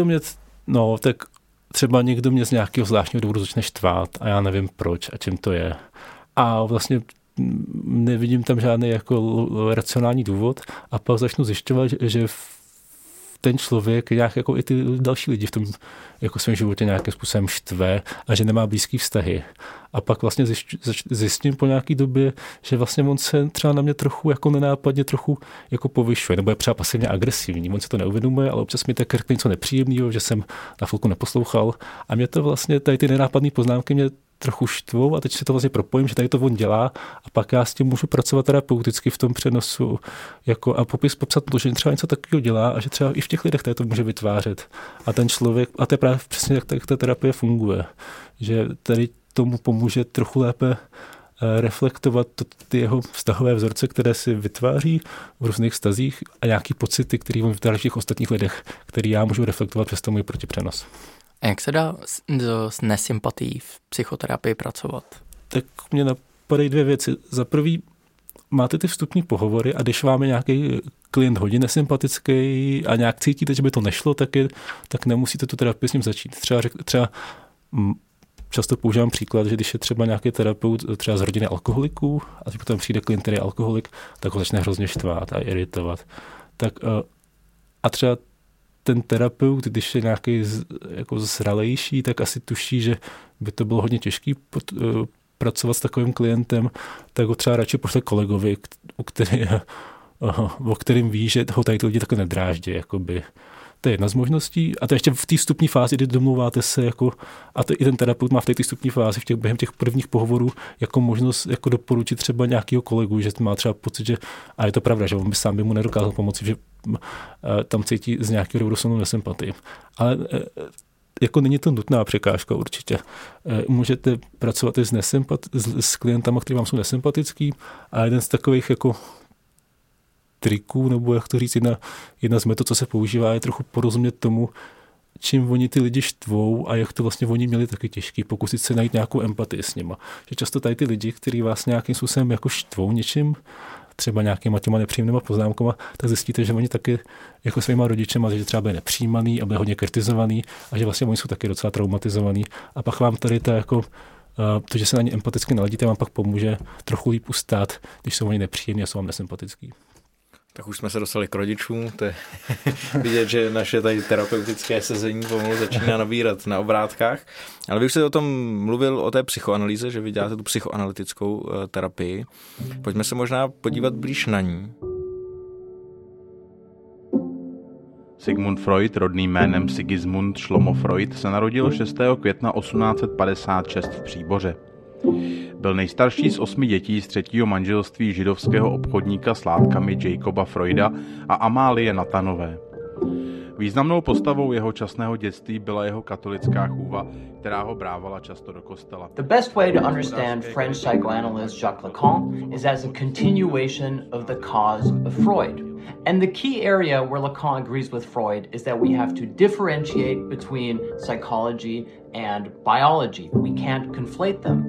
Třeba někdo mě z nějakého zvláštního důvodu začne štvát a já nevím proč a čím to je. A vlastně nevidím tam žádný jako racionální důvod a pak začnu zjišťovat, že ten člověk nějak jako i ty další lidi v tom jako svém životě nějakým způsobem štve a že nemá blízký vztahy. A pak vlastně zjistím po nějaký době, že vlastně on se třeba na mě trochu jako nenápadně trochu jako povyšuje, nebo je třeba pasivně agresivní. On se to neuvědomuje, ale občas mi tak něco nepříjemného, že jsem na chvilku neposlouchal. A mě to vlastně, tady ty nenápadné poznámky mě trochu štvou a teď si to vlastně propojím, že tady to on dělá a pak já s tím můžu pracovat terapeuticky v tom přenosu jako a popsat to, že třeba něco takového dělá a že třeba i v těch lidech to může vytvářet. A ten člověk, a to je právě přesně jak ta terapie funguje, že tady tomu pomůže trochu lépe reflektovat ty jeho vztahové vzorce, které si vytváří v různých vztazích a nějaký pocity, které on vytváří v těch ostatních lidech, který já můžu reflektovat přes to můj protipřenos. A jak se dá s nesympatií v psychoterapii pracovat? Tak mě napadají dvě věci. Za prvý, máte ty vstupní pohovory a když vám je nějaký klient hodně nesympatický a nějak cítíte, že by to nešlo, tak nemusíte tu terapii s ním začít. Třeba často používám příklad, že když je třeba nějaký terapeut třeba z rodiny alkoholiků a když potom přijde klient, který je alkoholik, tak ho začne hrozně štvát a iritovat. A třeba ten terapeut, když je nějaký jako zralejší, tak asi tuší, že by to bylo hodně těžký pracovat s takovým klientem, tak ho třeba radši pošle kolegovi, o kterým ví, že ho tady ty lidi takhle nedráždí. Jakoby. To je jedna z možností. A to ještě v té vstupní fázi, kdy domluváte se, jako, a to i ten terapeut má v té vstupní fázi, během těch prvních pohovorů, jako možnost jako doporučit třeba nějakého kolegu, že má třeba pocit, že, a je to pravda, že on by sám by mu nedokázal pomoci, že tam cítí z nějakého důvodu silnou nesympatii. Ale jako není to nutná překážka určitě. Můžete pracovat i s klientama, kteří vám jsou nesympatický, a jeden z takových jako triků, nebo jak to říct, jedna z metod, co se používá, je trochu porozumět tomu, čím oni ty lidi štvou a jak to vlastně oni měli taky těžký, pokusit se najít nějakou empatii s nima. Že často tady ty lidi, kteří vás nějakým způsobem jako štvou něčím, třeba nějakýma těma nepříjemnýma poznámkama, tak zjistíte, že oni taky jako svýma rodičema, že třeba byli nepřijímaný a byli hodně kritizovaný a že vlastně oni jsou taky docela traumatizovaný. A pak vám tady to jako to, že se na ně empaticky naladíte, vám pak pomůže trochu líp ustát, když jsou oni nepříjemní a jsou vám nesympatický. Tak už jsme se dostali k rodičům, to je vidět, že naše tady terapeutické sezení pomalu začíná nabírat na obrátkách. Ale vy už jste o tom mluvil, o té psychoanalýze, že vy děláte tu psychoanalytickou terapii. Pojďme se možná podívat blíž na ní. Sigmund Freud, rodným jménem Sigismund Šlomo Freud, se narodil 6. května 1856 v Příboře. Byl nejstarší z 8 dětí z 3. manželství židovského obchodníka s látkami Jacoba Freuda a Amálie Nathanové. Významnou postavou jeho časného dětství byla jeho katolická chůva, která ho brávala často do kostela. The best way to understand French psychoanalyst Jacques Lacan is as a continuation of the cause of Freud. And the key area where Lacan agrees with Freud is that we have to differentiate between psychology and biology. We can't conflate them.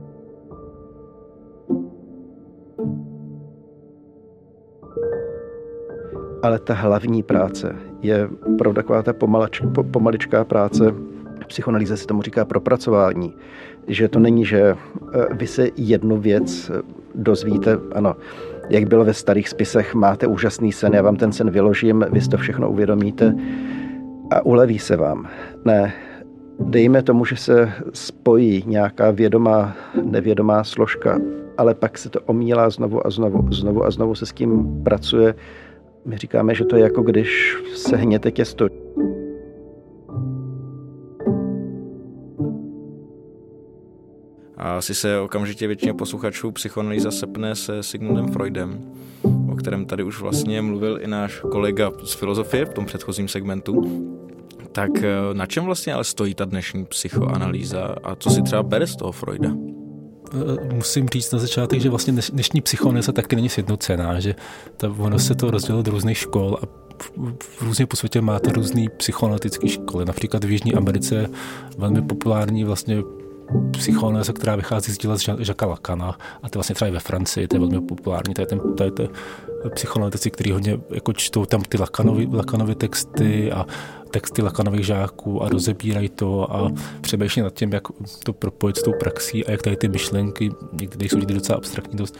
Ale ta hlavní práce je opravdu taková ta pomaličká práce. V psychoanalýze se tomu říká propracování. Že to není, že vy se jednu věc dozvíte, ano, jak bylo ve starých spisech, máte úžasný sen, já vám ten sen vyložím, vy si to všechno uvědomíte a uleví se vám. Ne, dejme tomu, že se spojí nějaká vědomá, nevědomá složka, ale pak se to omílá znovu a znovu se s tím pracuje. My říkáme, že to je jako když se hněte těsto. A asi se okamžitě většině posluchačů psychoanalýza sepne se Sigmundem Freudem, o kterém tady už vlastně mluvil i náš kolega z filozofie v tom předchozím segmentu. Tak na čem vlastně ale stojí ta dnešní psychoanalýza a co si třeba bere z toho Freuda? Musím říct na začátek, že vlastně dnešní psychoanalýza taky není sjednocená, že ono se to rozdělilo do různých škol a různě po světě máte různý psychoanalytické školy. Například v Jižní Americe je velmi populární vlastně psychoanalýza, která vychází z díla Jacquesa Lacana, a to vlastně třeba i ve Francii, to je velmi populární. To je psychoanalytici, kteří hodně jako čtou tam ty Lacanovy texty a texty Lacanových žáků a rozebírají to a přemýšlí nad tím, jak to propojit s tou praxí a jak tady ty myšlenky, někdy jsou docela abstraktní dost,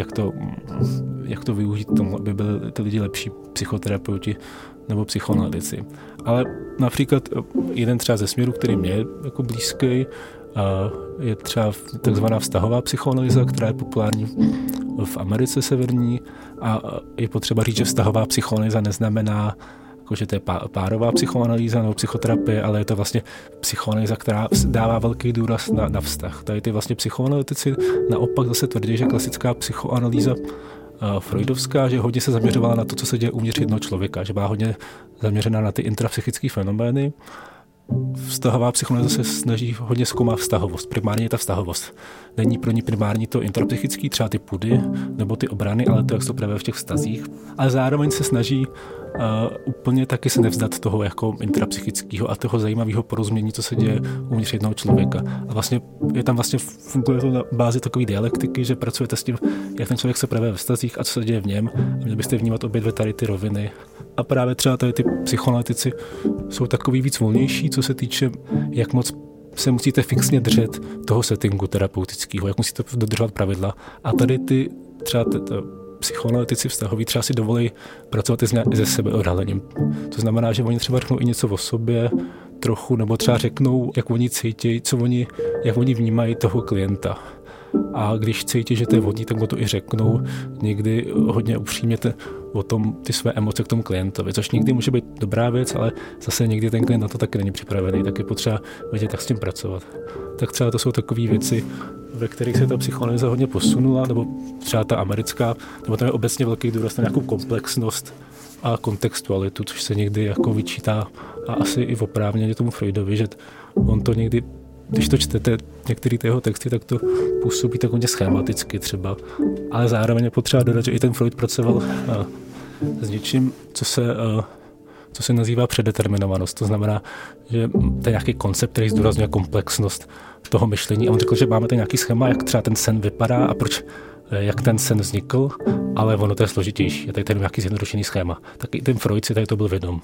jak to využít tomu, aby byli ty lidi lepší psychoterapeuti nebo psychoanalytici. Ale například jeden třeba ze směrů, který mě je jako blízký, je třeba takzvaná vztahová psychoanalýza, která je populární v Americe severní, a je potřeba říct, že vztahová psychoanalýza neznamená, že to je párová psychoanalýza nebo psychoterapie, ale je to vlastně psychoanalýza, která dává velký důraz na vztah. Tady ty vlastně psychoanalytici naopak zase tvrdí, že klasická psychoanalýza freudovská, že hodně se zaměřovala na to, co se děje uvnitř jednoho člověka, že byla hodně zaměřená na ty intrapsychické fenomény. Vztahová psychoanalýza se snaží hodně zkoumat vztahovost. Primárně je ta vztahovost. Není pro ní primární to intrapsychický, třeba ty pudy nebo ty obrany, ale to, jak se to projevuje v těch vztazích. Ale zároveň se snaží úplně taky se nevzdat toho jako intrapsychického a toho zajímavého porozumění, co se děje uvnitř jednoho člověka. A vlastně je tam vlastně funguje to na bázi takové dialektiky, že pracujete s tím, jak ten člověk se projevuje ve vztazích a co se děje v něm. A měli byste vnímat obě dvě tady ty roviny. A právě třeba tady ty psychoanalytici jsou takový víc volnější, co se týče, jak moc se musíte fixně držet toho settingu terapeutického, jak musíte dodržovat pravidla. A tady ty třeba psychoanalytici vztahoví třeba si dovolí pracovat i se sebeodhalením. To znamená, že oni třeba řeknou i něco o sobě trochu, nebo třeba řeknou, jak oni cítí, jak oni vnímají toho klienta. A když cítí, že to je vhodný, tak mu to i řeknou. Někdy hodně upřímně o tom ty své emoce k tomu klientovi, což někdy může být dobrá věc, ale zase někdy ten klient na to taky není připravený, tak je potřeba vědět, jak s tím pracovat. Tak třeba to jsou takové věci, ve kterých se ta psychoanalyza hodně posunula, nebo třeba ta americká, nebo tam je obecně velký důraz na nějakou komplexnost a kontextualitu, což se někdy jako vyčítá a asi i oprávněně tomu Freudovi, že on to někdy, když to čtete některé jeho texty, tak to působí tak hodně schematicky třeba, ale zároveň je potřeba dodat, že i ten Freud pracoval s něčím, co se nazývá předeterminovanost. To znamená, že to je nějaký koncept, který zdůrazňuje komplexnost toho myšlení. A on řekl, že máme tady nějaký schéma, jak třeba ten sen vypadá a jak ten sen vznikl, ale ono to je složitější. Je tady ten nějaký zjednodušený schéma. Tak i ten Freud si tady to byl vědom.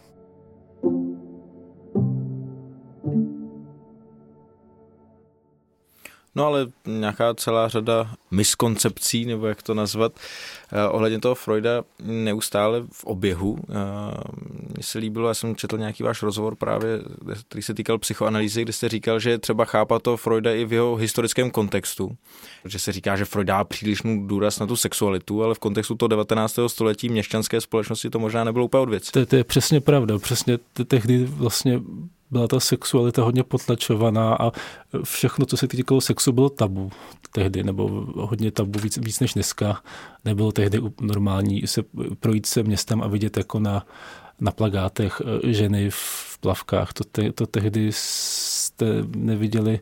No ale nějaká celá řada miskoncepcí, nebo jak to nazvat, ohledně toho Freuda neustále v oběhu. Mně se líbilo, já jsem četl nějaký váš rozhovor právě, který se týkal psychoanalýzy, kde jste říkal, že je třeba chápat toho Freuda i v jeho historickém kontextu. Protože se říká, že Freud dá přílišný důraz na tu sexualitu, ale v kontextu toho 19. století měšťanské společnosti to možná nebylo úplně od věci. To je přesně pravda. Přesně tehdy vlastně byla ta sexualita hodně potlačovaná a všechno, co se týkalo sexu, bylo tabu tehdy, nebo hodně tabu, víc než dneska. Nebylo tehdy normální projít se městem a vidět jako na plakátech ženy v plavkách. To tehdy jste neviděli,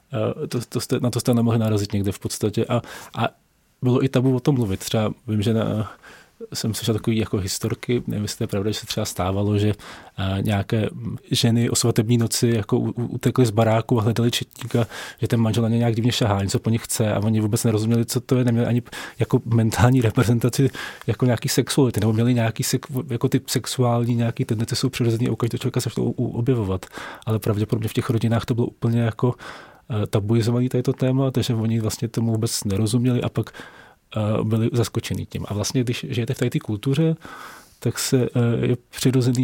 na to jste nemohli narazit někde v podstatě. A bylo i tabu o tom mluvit. Třeba vím, že jsem slyšel takový jako historky, nevím, jestli to je pravda, že se třeba stávalo, že nějaké ženy o svatební noci jako utekly z baráku a hledali četníka, že ten manžel na ně nějak divně šahá, něco po nich chce a oni vůbec nerozuměli, co to je, neměli ani jako mentální reprezentaci jako nějaký sexuality, nebo měli nějaký jako ty sexuální nějaký tendence jsou přirozený a u každého člověka se to objevovat, ale pravděpodobně v těch rodinách to bylo úplně jako tabuizovaný to téma, takže oni vlastně tomu vůbec nerozuměli a pak byli zaskočený tím. A vlastně, když žijete v té kultuře, tak je přirozený,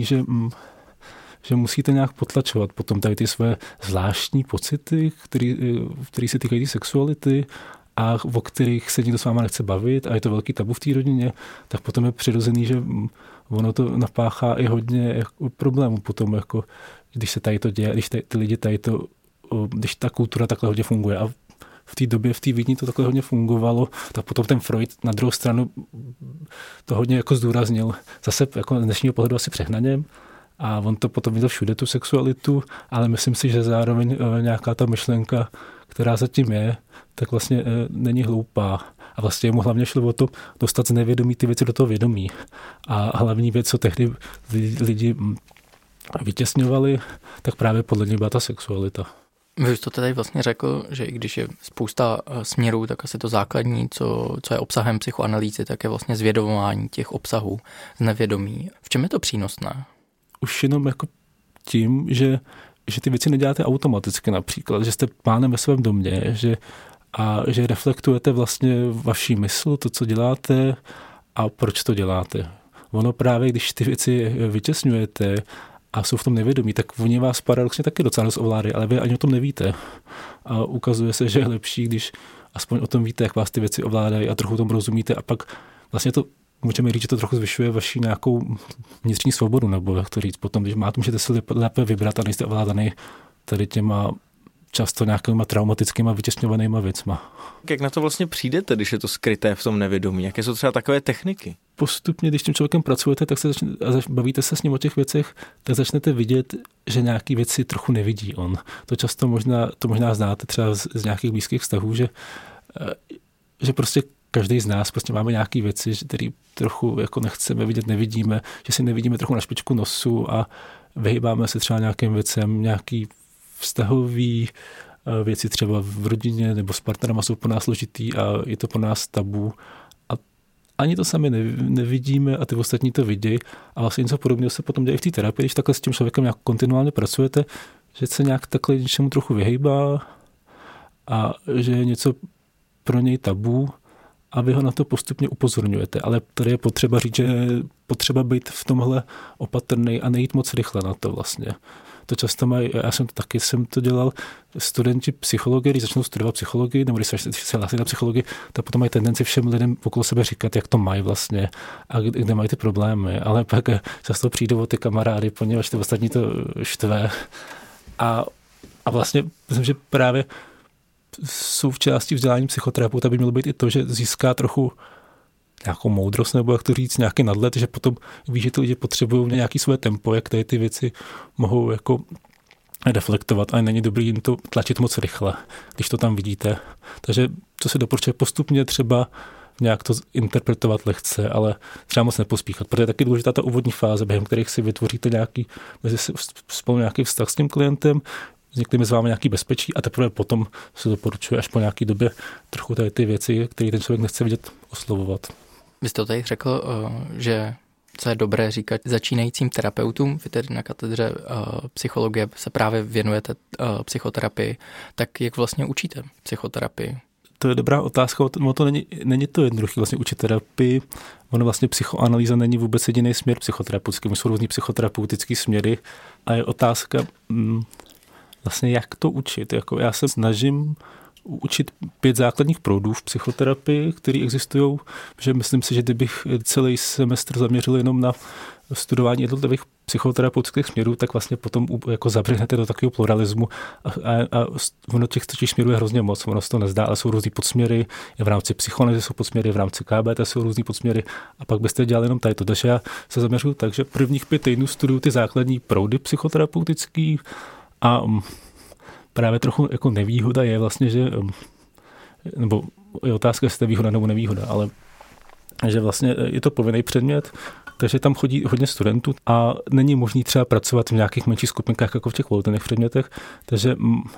že musíte nějak potlačovat potom tady ty své zvláštní pocity, které se týkají sexuality a o kterých se nikdo s váma nechce bavit a je to velký tabu v té rodině, tak potom je přirozený, že ono to napáchá i hodně problémů potom, jako když se tady to děje, když ty lidi když ta kultura takhle hodně funguje. A v té době, v té Vídni to takhle hodně fungovalo, tak potom ten Freud na druhou stranu to hodně jako zdůraznil. Zase jako z dnešního pohledu asi přehnaně a on to potom viděl všude tu sexualitu, ale myslím si, že zároveň nějaká ta myšlenka, která zatím je, tak vlastně není hloupá. A vlastně mu hlavně šlo o to dostat z nevědomí ty věci do toho vědomí. A hlavní věc, co tehdy lidi vytěsňovali, tak právě podle něj byla ta sexualita. Vy už to tady vlastně řekl, že i když je spousta směrů, tak asi to základní, co je obsahem psychoanalýzy, tak je vlastně zvědomování těch obsahů z nevědomí. V čem je to přínosné? Už jenom jako tím, že ty věci neděláte automaticky například, že jste pánem ve svém domě, že reflektujete vlastně vaši mysl, to, co děláte a proč to děláte. Ono právě, když ty věci vytěsňujete a jsou v tom nevědomí, tak oni vás paradoxně taky docela dost ovládají, ale vy ani o tom nevíte. A ukazuje se, že je lepší, když aspoň o tom víte, jak vás ty věci ovládají a trochu tomu rozumíte a pak vlastně to můžeme říct, že to trochu zvyšuje vaši nějakou vnitřní svobodu, nebo jak to říct potom, když můžete si lépe vybrat a nejste ovládaný tady těma často nějakýma traumatickýma vytěsňovanýma věcma. Jak na to vlastně přijdete, když je to skryté v tom nevědomí? Jaké jsou třeba takové techniky? Postupně, když s tím člověkem pracujete, tak bavíte se s ním o těch věcech, tak začnete vidět, že nějaký věci trochu nevidí on. To často možná znáte třeba z nějakých blízkých vztahů, že prostě každý z nás prostě máme nějaké věci, které trochu jako nechceme vidět, nevidíme, že si nevidíme trochu na špičku nosu a vyhýbáme se třeba nějakým věcem, nějaký vztahový věci třeba v rodině nebo s partnerama jsou pro nás složitý a je to pro nás tabu. A ani to sami nevidíme a ty ostatní to vidí. A vlastně něco podobného se potom děje i v té terapii, když takhle s tím člověkem nějak kontinuálně pracujete, že se nějak takhle něčemu trochu vyhejbá a že je něco pro něj tabu a vy ho na to postupně upozorňujete. Ale tady je potřeba říct, že je potřeba být v tomhle opatrnej a nejít moc rychle na to vlastně. to často mají, já jsem to dělal, studenti psychologie, když začnou studovat psychologii, nebo když se hlásí na psychologii, tak potom mají tendenci všem lidem okolo sebe říkat, jak to mají vlastně a kde mají ty problémy, ale pak často přijdou o ty kamarády, poněvadž ty ostatní to štve a vlastně myslím, že právě součástí vzdělání psychoterapeuta by mělo být i to, že získá trochu nějakou moudrost, nebo jak to říct, nějaký nadhled, že potom ví, že ty lidi potřebují nějaký své tempo, jak tady ty věci mohou jako reflektovat a není dobrý jim to tlačit moc rychle, když to tam vidíte. Takže to se doporučuje postupně třeba nějak to interpretovat lehce, ale třeba moc nepospíchat, protože je taky důležitá ta úvodní fáze, během kterých si vytvoříte spolu nějaký vztah s tím klientem, vznikly mezi vámi nějaký bezpečí a teprve potom se doporučuje až po nějaký době trochu tady ty věci, které ten člověk nechce vidět, oslovovat. Vy jste tady řekl, že co je dobré říkat začínajícím terapeutům, vy tedy na katedře psychologie se právě věnujete psychoterapii, tak jak vlastně učíte psychoterapii? To je dobrá otázka, to není to jednoduché vlastně učit terapii, ono vlastně psychoanalýza není vůbec jediný směr psychoterapeutický, jsou různý psychoterapeutický směry a je otázka vlastně jak to učit. Jako já se snažím učit 5 základních proudů v psychoterapii, které existují, že myslím si, že kdybych celý semestr zaměřil jenom na studování jednotlivých psychoterapeutických směrů, tak vlastně potom jako zabřehnete do takového pluralismu a ono těch směrů je hrozně moc, ono se to nezdá, ale jsou různý podsměry, i v rámci psychoanalýzy jsou podsměry, v rámci KBT jsou různý podsměry a pak byste dělali jenom tady to. Takže já se zaměřuju tak, že prvních 5 týdnů studuju ty základní proudy psychoterapeutický a právě trochu jako nevýhoda je vlastně, že nebo je otázka, jestli to je výhoda nebo nevýhoda, ale že vlastně je to povinný předmět, takže tam chodí hodně studentů a není možný třeba pracovat v nějakých menších skupinkách jako v těch volitelných předmětech, takže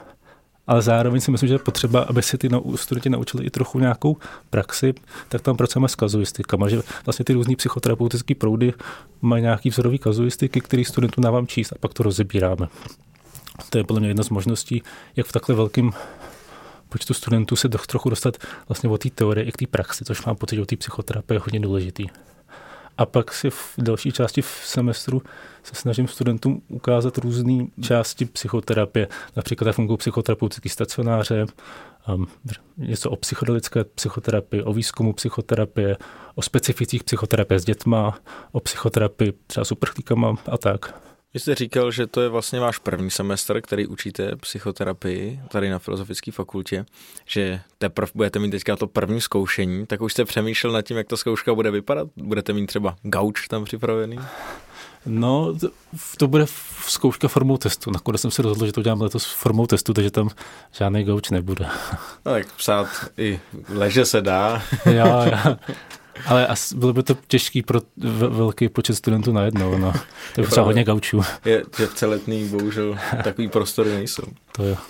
ale zároveň si myslím, že je potřeba, aby si ty studenti naučili i trochu nějakou praxi, tak tam pracujeme s kazuistikama, že vlastně ty různý psychoterapeutické proudy mají nějaký vzorový kazuistiky, který studentům dávám číst a pak to rozebíráme. To je podle mě jedna z možností, jak v takhle velkém počtu studentů se trochu dostat vlastně od té teorie i k té praxi, což mám pocit, že od té psychoterapie je hodně důležitý. A pak si v další části v semestru se snažím studentům ukázat různé části psychoterapie. Například jak fungují psychoterapeutické stacionáře, něco o psychodelické psychoterapii, o výzkumu psychoterapie, o specificích psychoterapie s dětma, o psychoterapii třeba s uprchlíkama a tak. Vy jste říkal, že to je vlastně váš první semestr, který učíte psychoterapii tady na Filozofické fakultě, že teprve budete mít teďka to první zkoušení, tak už jste přemýšlel nad tím, jak ta zkouška bude vypadat? Budete mít třeba gauč tam připravený? No, to bude zkouška formou testu. Nakonec jsem se rozhodl, že to dělám letos formou testu, takže tam žádný gauč nebude. No tak psát i leže se dá. Jo. Ale bylo by to těžký pro velký počet studentů najednou, no. To je třeba hodně gaučů. Je, že v celetný bohužel takový prostory nejsou. To jo.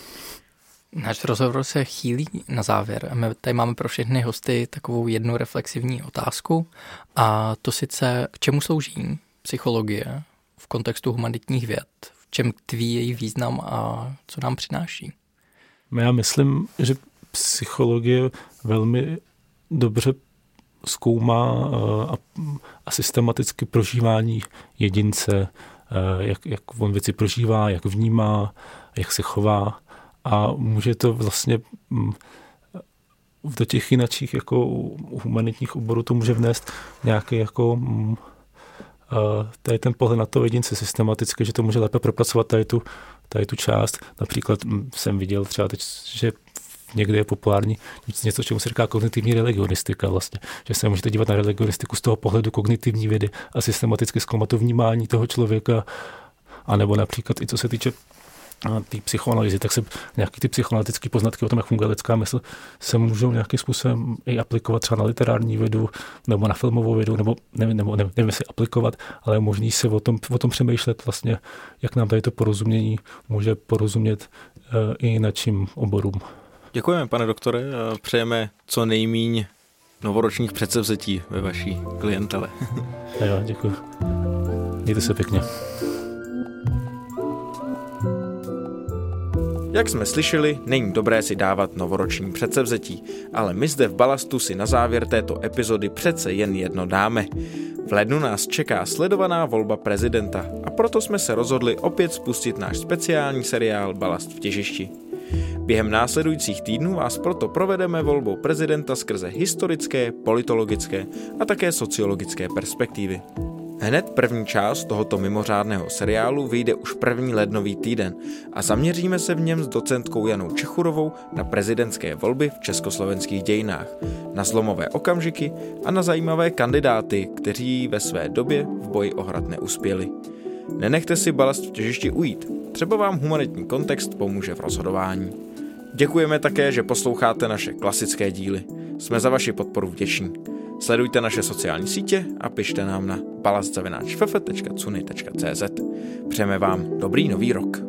Náš rozhovor se chýlí na závěr. My tady máme pro všechny hosty takovou jednu reflexivní otázku a to sice, k čemu slouží psychologie v kontextu humanitních věd? V čem tkví její význam a co nám přináší? Já myslím, že psychologie velmi dobře zkoumá a systematicky prožívání jedince, jak on věci prožívá, jak vnímá, jak se chová a může to vlastně do těch jiných jako humanitních oborů to může vnést nějaký jako tady ten pohled na to jedince systematicky, že to může lépe propracovat tady tu část. Například jsem viděl třeba teď, že někdy je populární něco, čemu se říká kognitivní religionistika vlastně, že se můžete dívat na religionistiku z toho pohledu kognitivní vědy a systematicky zkoumat to vnímání toho člověka, anebo například i co se týče té psychoanalýzy, tak se nějaký ty psychoanalytické poznatky o tom, jak funguje lidská mysl, se můžou nějakým způsobem i aplikovat třeba na literární vědu, nebo na filmovou vědu, nebo nevím, jestli aplikovat, ale je možný se o tom přemýšlet vlastně, jak nám tady to porozumění může porozumět i na čím oborům. Děkujeme, pane doktore, a přejeme co nejmíň novoročních předsevzetí ve vaší klientele. Jo, děkuji. Mějte se pěkně. Jak jsme slyšeli, není dobré si dávat novoroční předsevzetí, ale my zde v Balastu si na závěr této epizody přece jen jedno dáme. V lednu nás čeká sledovaná volba prezidenta a proto jsme se rozhodli opět spustit náš speciální seriál Balast v těžišti. Během následujících týdnů vás proto provedeme volbou prezidenta skrze historické, politologické a také sociologické perspektivy. Hned první část tohoto mimořádného seriálu vyjde už první lednový týden a zaměříme se v něm s docentkou Janou Čechurovou na prezidentské volby v československých dějinách, na zlomové okamžiky a na zajímavé kandidáty, kteří ve své době v boji o hrad neuspěli. Nenechte si balast v těžišti ujít, třeba vám humanitní kontext pomůže v rozhodování. Děkujeme také, že posloucháte naše klasické díly. Jsme za vaši podporu vděční. Sledujte naše sociální sítě a pište nám na balast@ff.cuny.cz. Přejeme vám dobrý nový rok.